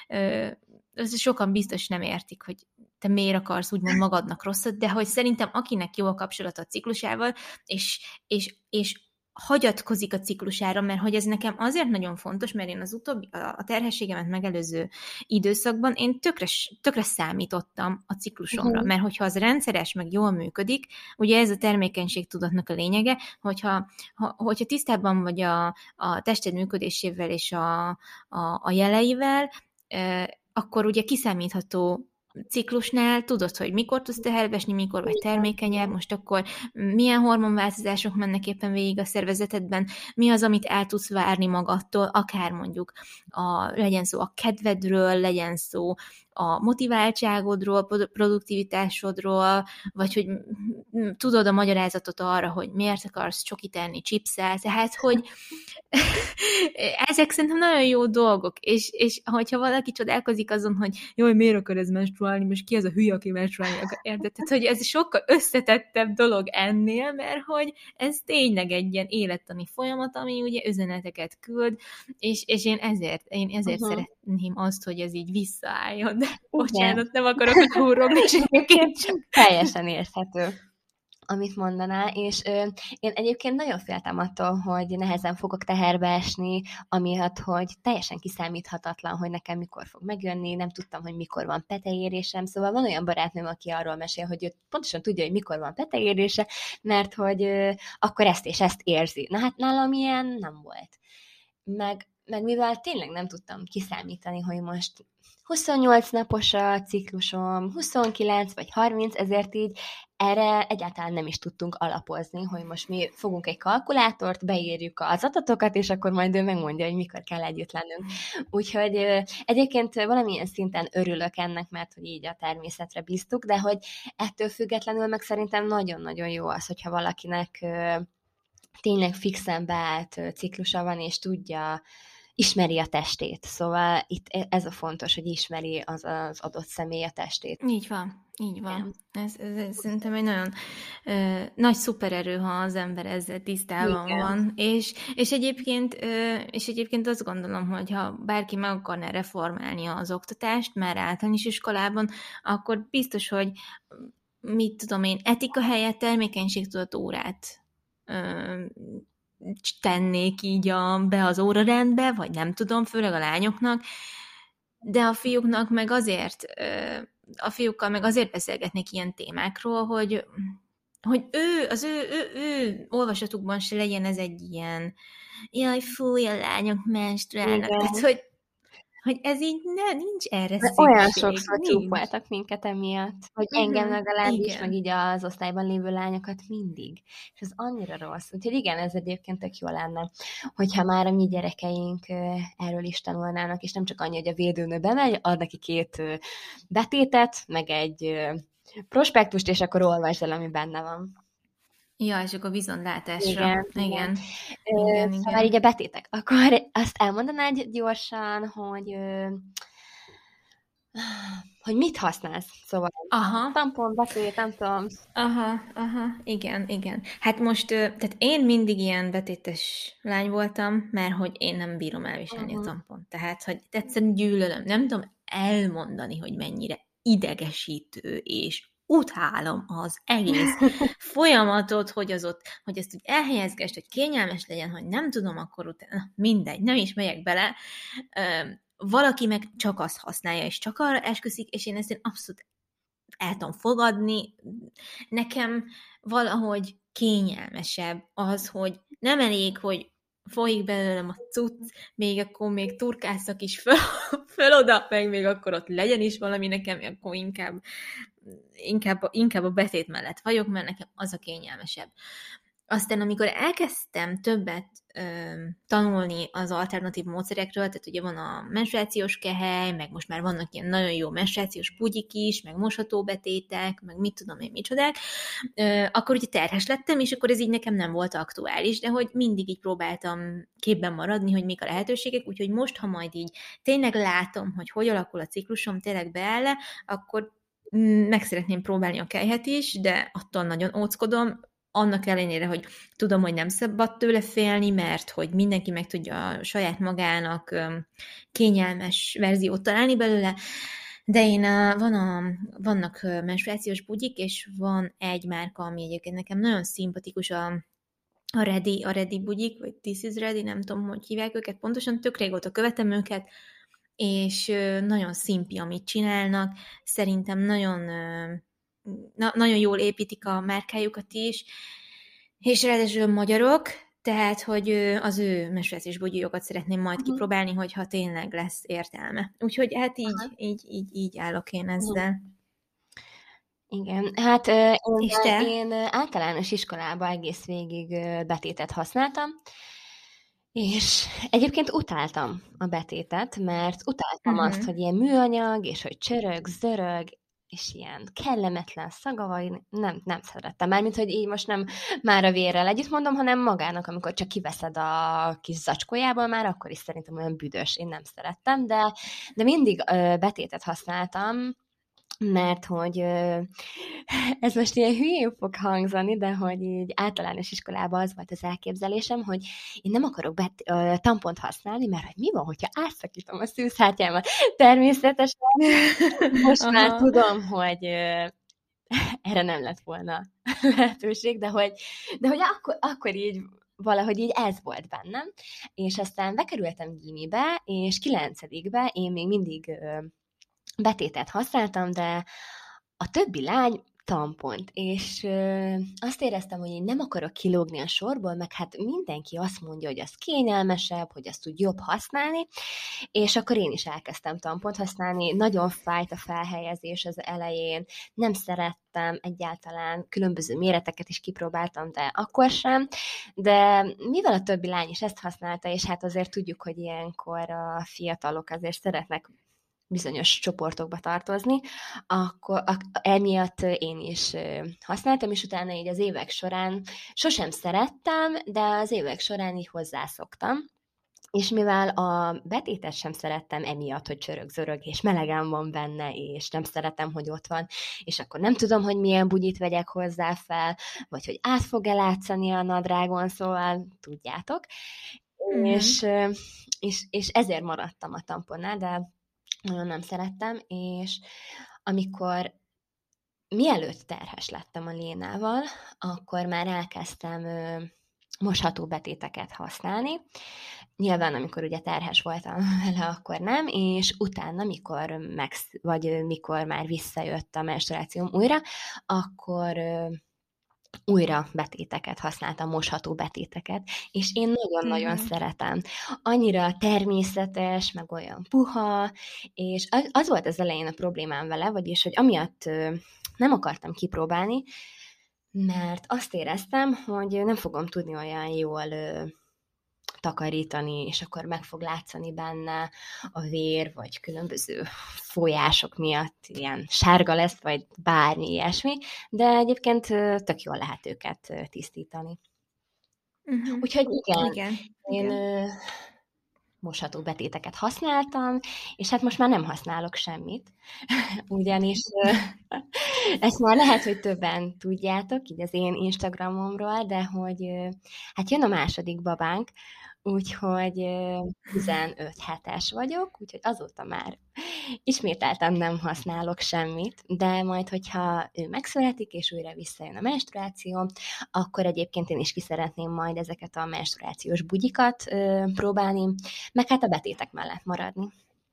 Sokan biztos nem értik, hogy te miért akarsz úgymond magadnak rosszat, de hogy szerintem akinek jó a kapcsolata a ciklusával, és hagyatkozik a ciklusára, mert hogy ez nekem azért nagyon fontos, mert én az utóbbi, a terhességemet megelőző időszakban én tökre számítottam a ciklusomra, mert hogyha az rendszeres, meg jól működik, ugye ez a termékenységtudatnak a lényege, hogyha tisztában vagy a tested működésével és a jeleivel, akkor ugye kiszámítható ciklusnál tudod, hogy mikor tudsz teherbe esni, mikor vagy termékenyebb, most akkor milyen hormonváltozások mennek éppen végig a szervezetedben, mi az, amit el tudsz várni magadtól, akár mondjuk legyen szó a kedvedről, legyen szó a motiváltságodról, produktivitásodról, vagy hogy tudod a magyarázatot arra, hogy miért akarsz csokit enni chipsszel, tehát, hogy ezek szerintem nagyon jó dolgok, és hogyha valaki csodálkozik azon, hogy jaj, miért akar ez menstruálni, most ki az a hülye, aki menstruálni akar, érted? Tehát, hogy ez sokkal összetettebb dolog ennél, mert hogy ez tényleg egy ilyen élettani folyamat, ami ugye üzeneteket küld, és én ezért szeretném azt, hogy ez így visszaálljon. De bocsánat, nem akarok itt húrogni, és egyébként csak... Teljesen érthető, amit mondanál, és én egyébként nagyon féltem attól, hogy nehezen fogok teherbe esni, amiatt, hogy teljesen kiszámíthatatlan, hogy nekem mikor fog megjönni, nem tudtam, hogy mikor van peteérésem, szóval van olyan barátnőm, aki arról mesél, hogy ő pontosan tudja, hogy mikor van peteérése, mert hogy akkor ezt és ezt érzi. Na hát nálam ilyen nem volt. Meg mivel tényleg nem tudtam kiszámítani, hogy most 28 napos a ciklusom, 29 vagy 30, ezért így erre egyáltalán nem is tudtunk alapozni, hogy most mi fogunk egy kalkulátort, beírjuk az adatokat, és akkor majd ő megmondja, hogy mikor kell együtt lennünk. Úgyhogy egyébként valamilyen szinten örülök ennek, mert hogy így a természetre bíztuk, de hogy ettől függetlenül meg szerintem nagyon-nagyon jó az, hogyha valakinek tényleg fixen beállt ciklusa van, és tudja, ismeri a testét. Szóval itt ez a fontos, hogy ismeri az adott személy a testét. Így van, így van. Ez szerintem egy nagyon nagy szupererő, ha az ember ezzel tisztában van. És egyébként azt gondolom, hogy ha bárki meg akarná reformálni az oktatást, már általános iskolában, akkor biztos, hogy mit tudom én, etika helyett termékenységtudat órát tennék így be az órarendbe, vagy nem tudom, főleg a lányoknak, de a fiúknak meg azért, a fiúkkal meg azért beszélgetnék ilyen témákról, hogy az ő olvasatukban se legyen ez egy ilyen jaj, fúj, a lányok menstruálnak. Tehát, hogy ez így nincs erre szükség. Olyan sokszor csúfoltak minket emiatt, hogy engem legalábbis, meg így az osztályban lévő lányokat mindig. És ez annyira rossz. Úgyhogy igen, ez egyébként tök jó lenne, hogyha már a mi gyerekeink erről is tanulnának, és nem csak annyi, hogy a védőnő bemegy, ad neki 2 betétet, meg egy prospektust, és akkor olvasd el, ami benne van. Ja, és akkor viszontlátásra. Igen. Szóval így a betétek. Akkor azt elmondanád gyorsan, hogy mit használsz? Szóval tampon, betét, nem tudom. Igen. Hát most, tehát én mindig ilyen betétes lány voltam, mert hogy én nem bírom elviselni a tampont. Tehát, hogy egyszerűen gyűlölöm. Nem tudom elmondani, hogy mennyire idegesítő és utálom az egész folyamatot, hogy ezt úgy elhelyezgest, hogy kényelmes legyen, hogy nem tudom, akkor utána mindegy, nem is megyek bele. Valaki meg csak azt használja, és csak arra esküszik, és én ezt abszolút el tudom fogadni. Nekem valahogy kényelmesebb az, hogy nem elég, hogy folyik belőlem a cucc, még akkor még turkásszak is föl oda, meg még akkor ott legyen is valami nekem, akkor inkább a betét mellett vagyok, mert nekem az a kényelmesebb. Aztán, amikor elkezdtem többet tanulni az alternatív módszerekről, tehát ugye van a menstruációs kehely, meg most már vannak ilyen nagyon jó menstruációs bugyik is, meg mosható betétek, meg mit tudom én micsodák, akkor ugye terhes lettem, és akkor ez így nekem nem volt aktuális, de hogy mindig így próbáltam képben maradni, hogy mik a lehetőségek, úgyhogy most, ha majd így tényleg látom, hogy alakul a ciklusom, tényleg beáll, akkor meg szeretném próbálni a kelyhet is, de attól nagyon óckodom, annak ellenére, hogy tudom, hogy nem szabad tőle félni, mert hogy mindenki meg tudja a saját magának kényelmes verziót találni belőle, de vannak menstruációs bugyik, és van egy márka, ami egyébként nekem nagyon szimpatikus, a Ready bugyik, vagy This is Ready, nem tudom, hogy hívják őket pontosan, tök régóta követem őket, és nagyon szimpi, amit csinálnak, szerintem nagyon jól építik a márkájukat is, és ráadásul magyarok, tehát, hogy az ő menstruációs bugyijokat szeretném majd kipróbálni, hogyha tényleg lesz értelme. Úgyhogy hát így állok én ezzel. Igen, hát És te? én általános iskolában egész végig betétet használtam, és egyébként utáltam a betétet, mert utáltam azt, hogy ilyen műanyag, és hogy csörög, zörög, és ilyen kellemetlen szaga van, nem szerettem. Mármint, hogy így most nem már a vérrel együtt mondom, hanem magának, amikor csak kiveszed a kis zacskójából már, akkor is szerintem olyan büdös, én nem szerettem, de mindig betétet használtam, mert hogy ez most ilyen hülyén fog hangzani, de hogy így általános iskolában az volt az elképzelésem, hogy én nem akarok tampont használni, mert hogy mi van, hogyha átszakítom a szűzhártyámat. Természetesen most már tudom, hogy erre nem lett volna lehetőség, de hogy akkor így valahogy így ez volt bennem, és aztán bekerültem gimibe, és 9-be én még mindig betétet használtam, de a többi lány tampont, és azt éreztem, hogy én nem akarok kilógni a sorból, meg hát mindenki azt mondja, hogy az kényelmesebb, hogy azt tud jobb használni, és akkor én is elkezdtem tampont használni, nagyon fájt a felhelyezés az elején, nem szerettem egyáltalán, különböző méreteket is kipróbáltam, de akkor sem, de mivel a többi lány is ezt használta, és hát azért tudjuk, hogy ilyenkor a fiatalok azért szeretnek bizonyos csoportokba tartozni, akkor emiatt én is használtam, és utána így az évek során sosem szerettem, de az évek során így hozzászoktam. És mivel a betétet sem szerettem emiatt, hogy csörög-zörög, és melegen van benne, és nem szeretem, hogy ott van, és akkor nem tudom, hogy milyen bugyit vegyek hozzá fel, vagy hogy át fog-e látszani a nadrágon, szóval tudjátok. És ezért maradtam a tamponnál, de nagyon nem szerettem, és amikor mielőtt terhes lettem a Lénával, akkor már elkezdtem mosható betéteket használni. Nyilván, amikor ugye terhes voltam vele, akkor nem, és utána, mikor már visszajött a menstruációm újra, akkor újra betéteket használtam, mosható betéteket, és én nagyon-nagyon szeretem. Annyira természetes, meg olyan puha, és az volt az elején a problémám vele, vagyis, hogy amiatt nem akartam kipróbálni, mert azt éreztem, hogy nem fogom tudni olyan jól takarítani, és akkor meg fog látszani benne a vér, vagy különböző folyások miatt ilyen sárga lesz, vagy bármi ilyesmi, de egyébként tök jól lehet őket tisztítani. Úgyhogy igen. Én mosható betéteket használtam, és hát most már nem használok semmit, ugyanis ezt már lehet, hogy többen tudjátok, így az én Instagramomról, de hogy hát jön a második babánk, úgyhogy 15 hetes vagyok, úgyhogy azóta már ismételten nem használok semmit, de majd, hogyha ő megszületik, és újra visszajön a menstruáció, akkor egyébként én is ki szeretném majd ezeket a menstruációs bugyikat próbálni, meg hát a betétek mellett maradni.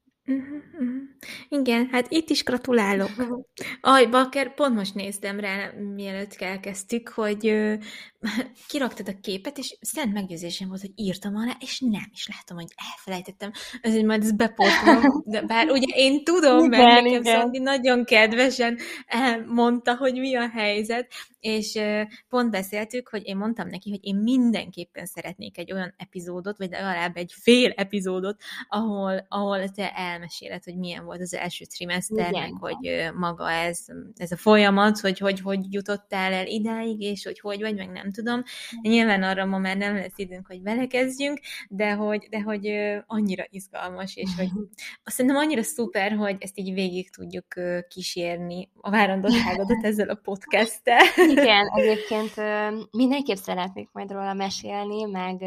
Igen, hát itt is gratulálok. Bakker, pont most néztem rá, mielőtt elkezdtük, hogy kiraktad a képet, és szent meggyőzésem volt, hogy írtam alá, és nem is látom, hogy elfelejtettem. Azért majd ezt bepótolom, de bár ugye én tudom, mert nekem Szandi nagyon kedvesen mondta, hogy mi a helyzet, és pont beszéltük, hogy én mondtam neki, hogy én mindenképpen szeretnék egy olyan epizódot, vagy legalább egy fél epizódot, ahol te elmeséled, hogy milyen volt az első trimester, meg hogy maga ez a folyamat, hogy jutottál el idáig, és hogy vagy, meg nem nem tudom. Nyilván arra ma már nem lesz időnk, hogy belekezdjünk, de hogy annyira izgalmas, és hogy azt szerintem annyira szuper, hogy ezt így végig tudjuk kísérni, a várandosságodat ezzel a podcasttel. Igen, egyébként mindenképp szeretnék majd róla mesélni, meg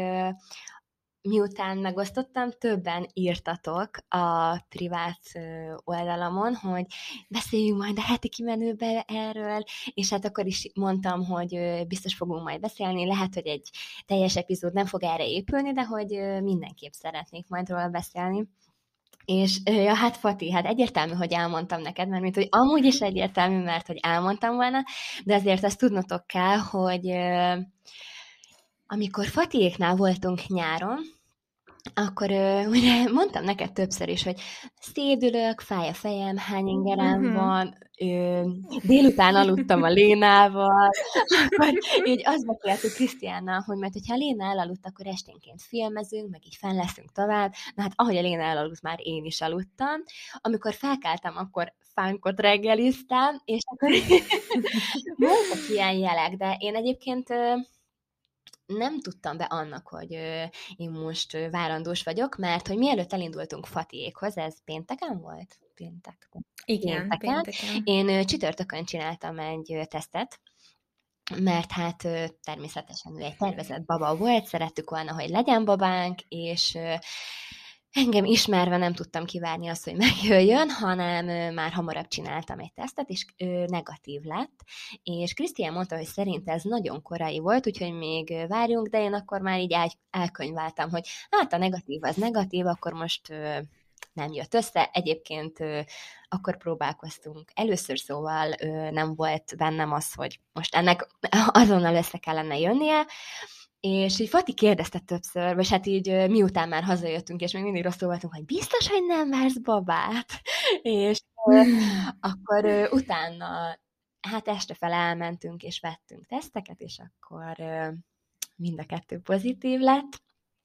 miután megosztottam, többen írtatok a privát oldalamon, hogy beszéljünk majd a heti kimenőben erről, és hát akkor is mondtam, hogy biztos fogunk majd beszélni, lehet, hogy egy teljes epizód nem fog erre épülni, de hogy mindenképp szeretnék majd róla beszélni. És ja, hát Fati, hát egyértelmű, hogy elmondtam neked, mert mint hogy amúgy is egyértelmű, mert hogy elmondtam volna, de azért azt tudnotok kell, hogy amikor Fatiéknál voltunk nyáron, akkor ugye mondtam neked többször is, hogy szédülök, fáj a fejem, hány ingerem van, délután aludtam a Lénával, akkor így azt beszéltük Krisztiánnal, hogy mert hogyha a Léna elaludt, akkor esténként filmezünk, meg így fenn leszünk tovább. Na hát ahogy a Léna elaludt, már én is aludtam. Amikor felkeltem, akkor fánkot reggeliztem, és akkor voltak ilyen jelek, de én egyébként nem tudtam be annak, hogy én most várandós vagyok, mert hogy mielőtt elindultunk Fatiékhoz, ez pénteken volt? Igen, pénteken. Én csütörtökön csináltam egy tesztet, mert hát természetesen ő egy tervezett baba volt, szerettük volna, hogy legyen babánk, és engem ismerve nem tudtam kivárni azt, hogy megjöjjön, hanem már hamarabb csináltam egy tesztet, és negatív lett, és Krisztián mondta, hogy szerint ez nagyon korai volt, úgyhogy még várjunk, de én akkor már így elkönyváltam, hogy hát a negatív az negatív, akkor most nem jött össze. Egyébként akkor próbálkoztunk először, szóval nem volt bennem az, hogy most ennek azonnal össze kellene jönnie, és így Fati kérdezte többször, vagy hát így miután már hazajöttünk, és még mindig rosszul voltunk, hogy biztos, hogy nem vársz babát? És akkor utána, hát este fel elmentünk, és vettünk teszteket, és akkor mind a kettő pozitív lett,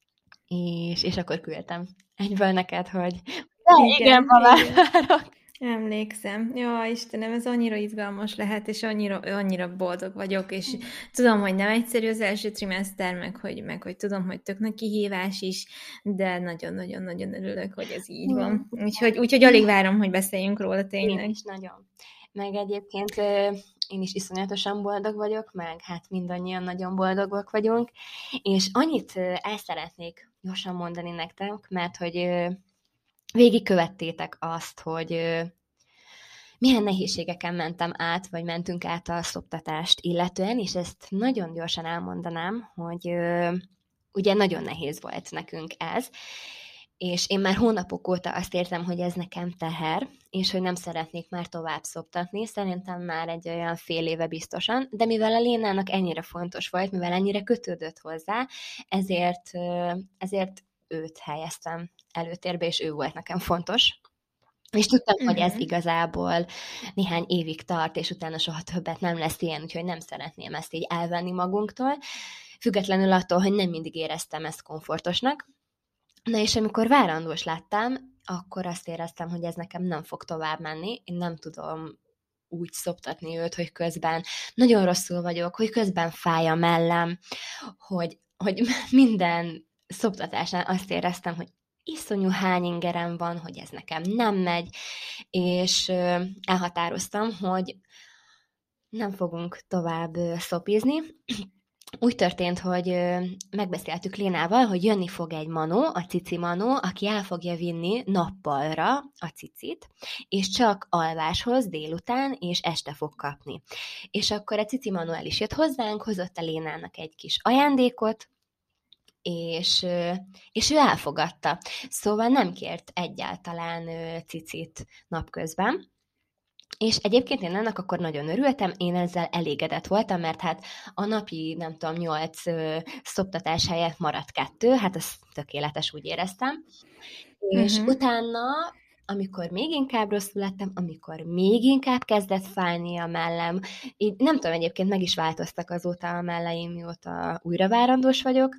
és akkor küldtem egyből neked, hogy igen, babát várok. Emlékszem. Ja, Istenem, ez annyira izgalmas lehet, és annyira boldog vagyok, és tudom, hogy nem egyszerű az első trimester, meg hogy tudom, hogy tök nagy kihívás is, de nagyon-nagyon-nagyon örülök, hogy ez így van. Úgyhogy alig várom, hogy beszéljünk róla tényleg. Én is nagyon. Meg egyébként én is iszonyatosan boldog vagyok, meg hát mindannyian nagyon boldogok vagyunk, és annyit el szeretnék gyorsan mondani nektek, mert hogy végigkövettétek azt, hogy milyen nehézségeken mentem át, vagy mentünk át a szoptatást illetően, és ezt nagyon gyorsan elmondanám, hogy ugye nagyon nehéz volt nekünk ez, és én már hónapok óta azt érzem, hogy ez nekem teher, és hogy nem szeretnék már tovább szoptatni, szerintem már egy olyan fél éve biztosan, de mivel a Lénának ennyire fontos volt, mivel ennyire kötődött hozzá, ezért őt helyeztem előtérbe, és ő volt nekem fontos. És tudtam, hogy ez igazából néhány évig tart, és utána soha többet nem lesz ilyen, úgyhogy nem szeretném ezt így elvenni magunktól, függetlenül attól, hogy nem mindig éreztem ezt komfortosnak. Na és amikor várandós lettem, akkor azt éreztem, hogy ez nekem nem fog tovább menni, én nem tudom úgy szoptatni őt, hogy közben nagyon rosszul vagyok, hogy közben fáj a mellem, hogy minden szoptatásnál azt éreztem, hogy iszonyú hány ingerem van, hogy ez nekem nem megy, és elhatároztam, hogy nem fogunk tovább szopizni. Úgy történt, hogy megbeszéltük Lénával, hogy jönni fog egy manó, a cici manó, aki el fogja vinni nappalra a cicit, és csak alváshoz délután és este fog kapni. És akkor a cici manó el is jött hozzánk, hozott a Lénának egy kis ajándékot, és ő elfogadta. Szóval nem kért egyáltalán cicit napközben. És egyébként én ennek akkor nagyon örültem, én ezzel elégedett voltam, mert hát a napi, nem tudom, 8 szoptatás helyett maradt 2, hát ez tökéletes, úgy éreztem. És utána, amikor még inkább rosszul lettem, amikor még inkább kezdett fájni a mellem, így nem tudom, egyébként meg is változtak azóta a melleim, mióta újra várandós vagyok,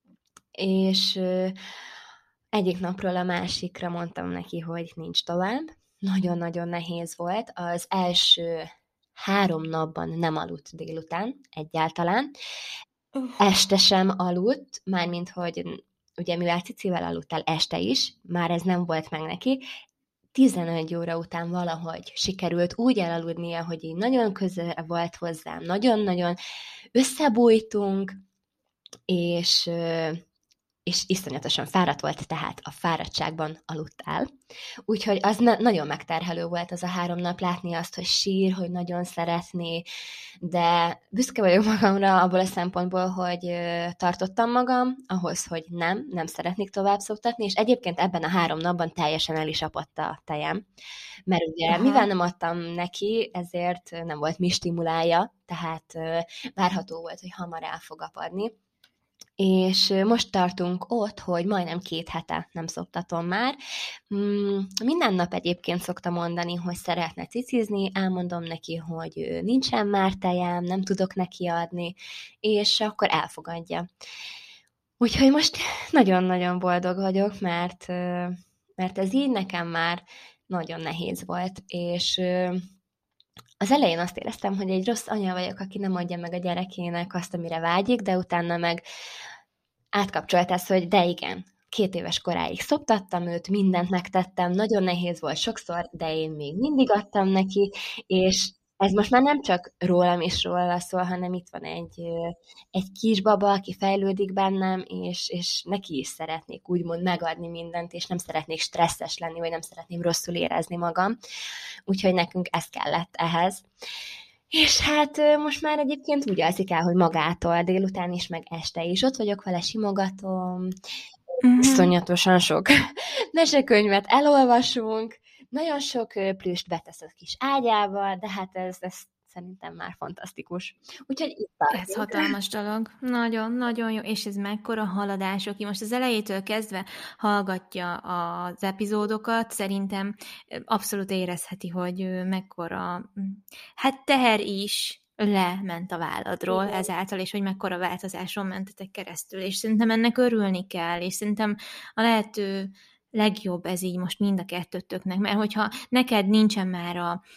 és egyik napról a másikra mondtam neki, hogy nincs tovább. Nagyon-nagyon nehéz volt. Az első 3 napban nem aludt délután egyáltalán. este sem aludt, mármint, hogy ugye mivel Cicivel aludtál este is, már ez nem volt meg neki, 11 óra után valahogy sikerült úgy elaludnia, hogy így nagyon közel volt hozzám, nagyon-nagyon összebújtunk, és és iszonyatosan fáradt volt, tehát a fáradtságban aludt el. Úgyhogy az nagyon megterhelő volt az a 3 nap látni azt, hogy sír, hogy nagyon szeretné, de büszke vagyok magamra abból a szempontból, hogy tartottam magam ahhoz, hogy nem szeretnék tovább szoptatni, és egyébként ebben a 3 napban teljesen el is apadt a tejem, mert ugye mivel Aha. nem adtam neki, ezért nem volt mi stimulálja, tehát várható volt, hogy hamar el fog apadni. És most tartunk ott, hogy majdnem 2 hete nem szoptatom már. Minden nap egyébként szokta mondani, hogy szeretne cicizni, elmondom neki, hogy nincsen már tejem, nem tudok neki adni, és akkor elfogadja. Úgyhogy most nagyon-nagyon boldog vagyok, mert ez így nekem már nagyon nehéz volt, és az elején azt éreztem, hogy egy rossz anya vagyok, aki nem adja meg a gyerekének azt, amire vágyik, de utána meg átkapcsolt ez, hogy de igen, 2 éves koráig szoptattam őt, mindent megtettem, nagyon nehéz volt sokszor, de én még mindig adtam neki, és ez most már nem csak rólam és róla szól, hanem itt van egy kisbaba, aki fejlődik bennem, és neki is szeretnék úgymond megadni mindent, és nem szeretnék stresszes lenni, vagy nem szeretném rosszul érezni magam. Úgyhogy nekünk ez kellett ehhez. És hát most már egyébként úgy alszik el, hogy magától délután is, meg este is. Ott vagyok vele, simogatom, iszonyatosan sok mesekönyvet elolvasunk, nagyon sok plüst betesz a kis ágyába, de hát ez szerintem már fantasztikus. Úgyhogy itt Ez tartunk. hatalmas dolog. Nagyon, nagyon jó. És ez mekkora haladás, aki most az elejétől kezdve hallgatja az epizódokat, szerintem abszolút érezheti, hogy mekkora, hát teher is lement a válladról Igen. ezáltal, és hogy mekkora változáson mentetek keresztül. És szerintem ennek örülni kell, és szerintem a lehető legjobb ez így most mind a kettőtöknek, mert hogyha neked nincsen már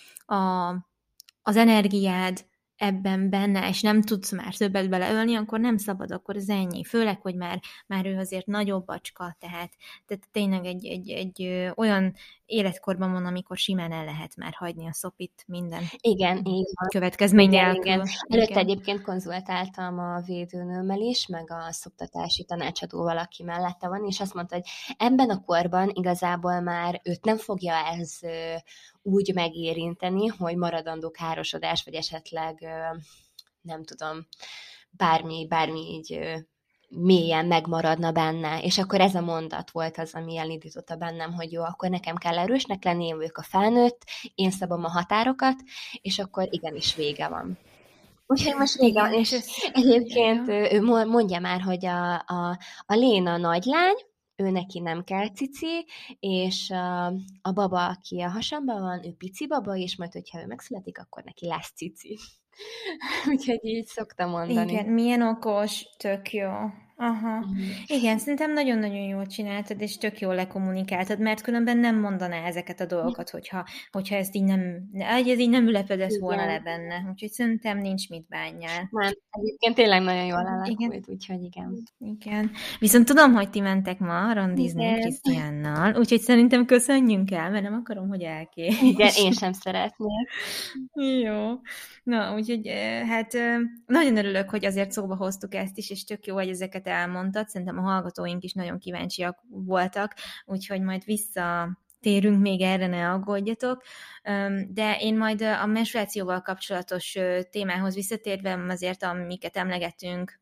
az energiád ebben benne, és nem tudsz már többet beleölni, akkor nem szabad, akkor az ennyi. Főleg, hogy már ő azért nagyobb bacska, tehát tényleg egy olyan életkorban van, amikor simán el lehet már hagyni a szopit minden Igen, így van. következmény Igen, nélkül. igen. Előtte Igen. egyébként konzultáltam a védőnőmmel is, meg a szoptatási tanácsadóval, aki mellette van, és azt mondta, hogy ebben a korban igazából már őt nem fogja ez úgy megérinteni, hogy maradandó károsodás, vagy esetleg nem tudom, bármi így mélyen megmaradna benne, és akkor ez a mondat volt az, ami elindította bennem, hogy jó, akkor nekem kell erősnek lenni, én vagyok a felnőtt, én szabom a határokat, és akkor igenis vége van. Úgyhogy most vége van, Igen, és és ez... egyébként Ja. ő mondja már, hogy a Léna nagylány, ő neki nem kell cici, és a baba, aki a hasamban van, ő pici baba, és majd, hogyha ő megszületik, akkor neki lesz cici. Úgyhogy így szoktam mondani. Igen, milyen okos, tök jó. Aha. Mhm. Igen, szerintem nagyon-nagyon jól csináltad, és tök jól lekommunikáltad, mert különben nem mondaná ezeket a dolgokat, hogyha ezt így nem, ez így nem ülepedett volna le Igen. benne. Úgyhogy szerintem nincs mit bánjál. Nem, egyébként tényleg nagyon jól Igen. alakult, úgyhogy igen. Igen. Viszont tudom, hogy ti mentek ma randizni Igen. Krisztiánnal, úgyhogy szerintem köszönjünk el, mert nem akarom, hogy Igen, elkés. én sem szeretnék. Jó. Na, úgyhogy hát nagyon örülök, hogy azért szóba hoztuk ezt is, és tök jó, hogy ezeket elmondtad. Szerintem a hallgatóink is nagyon kíváncsiak voltak, úgyhogy majd visszatérünk még erre, ne aggódjatok. De én majd a menstruációval kapcsolatos témához visszatérve azért, amiket emlegetünk,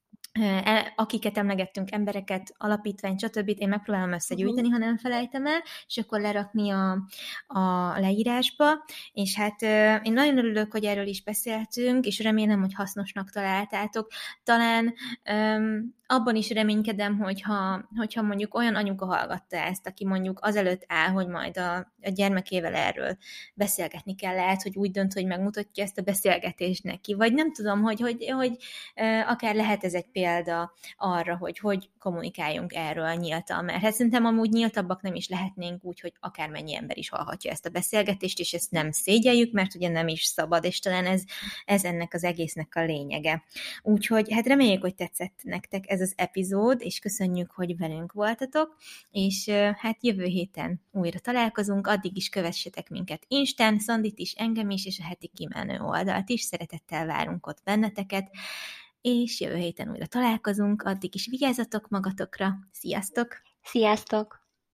akiket emlegettünk, embereket, alapítványt, stb. Én megpróbálom összegyűjteni, ha nem felejtem el, és akkor lerakni a leírásba, és hát én nagyon örülök, hogy erről is beszéltünk, és remélem, hogy hasznosnak találtátok. Talán abban is reménykedem, hogyha mondjuk olyan anyuka hallgatta ezt, aki mondjuk azelőtt áll, hogy majd a gyermekével erről beszélgetni kell, lehet, hogy úgy dönt, hogy megmutatja ezt a beszélgetést neki, vagy nem tudom, hogy akár lehet ez egy példa arra, hogy kommunikáljunk erről nyíltan, mert hát szerintem amúgy nyíltabbak nem is lehetnénk úgy, hogy akármennyi ember is hallhatja ezt a beszélgetést, és ezt nem szégyeljük, mert ugye nem is szabad, és talán ez ennek az egésznek a lényege. Úgyhogy hát reméljük, hogy tetszett nektek ez az epizód, és köszönjük, hogy velünk voltatok, és hát jövő héten újra találkozunk, addig is kövessetek minket Instán, Szandit is, engem is, és a heti kimenő oldalt is, szeretettel várunk ott benneteket, és jövő héten újra találkozunk, addig is vigyázzatok magatokra, sziasztok! Sziasztok!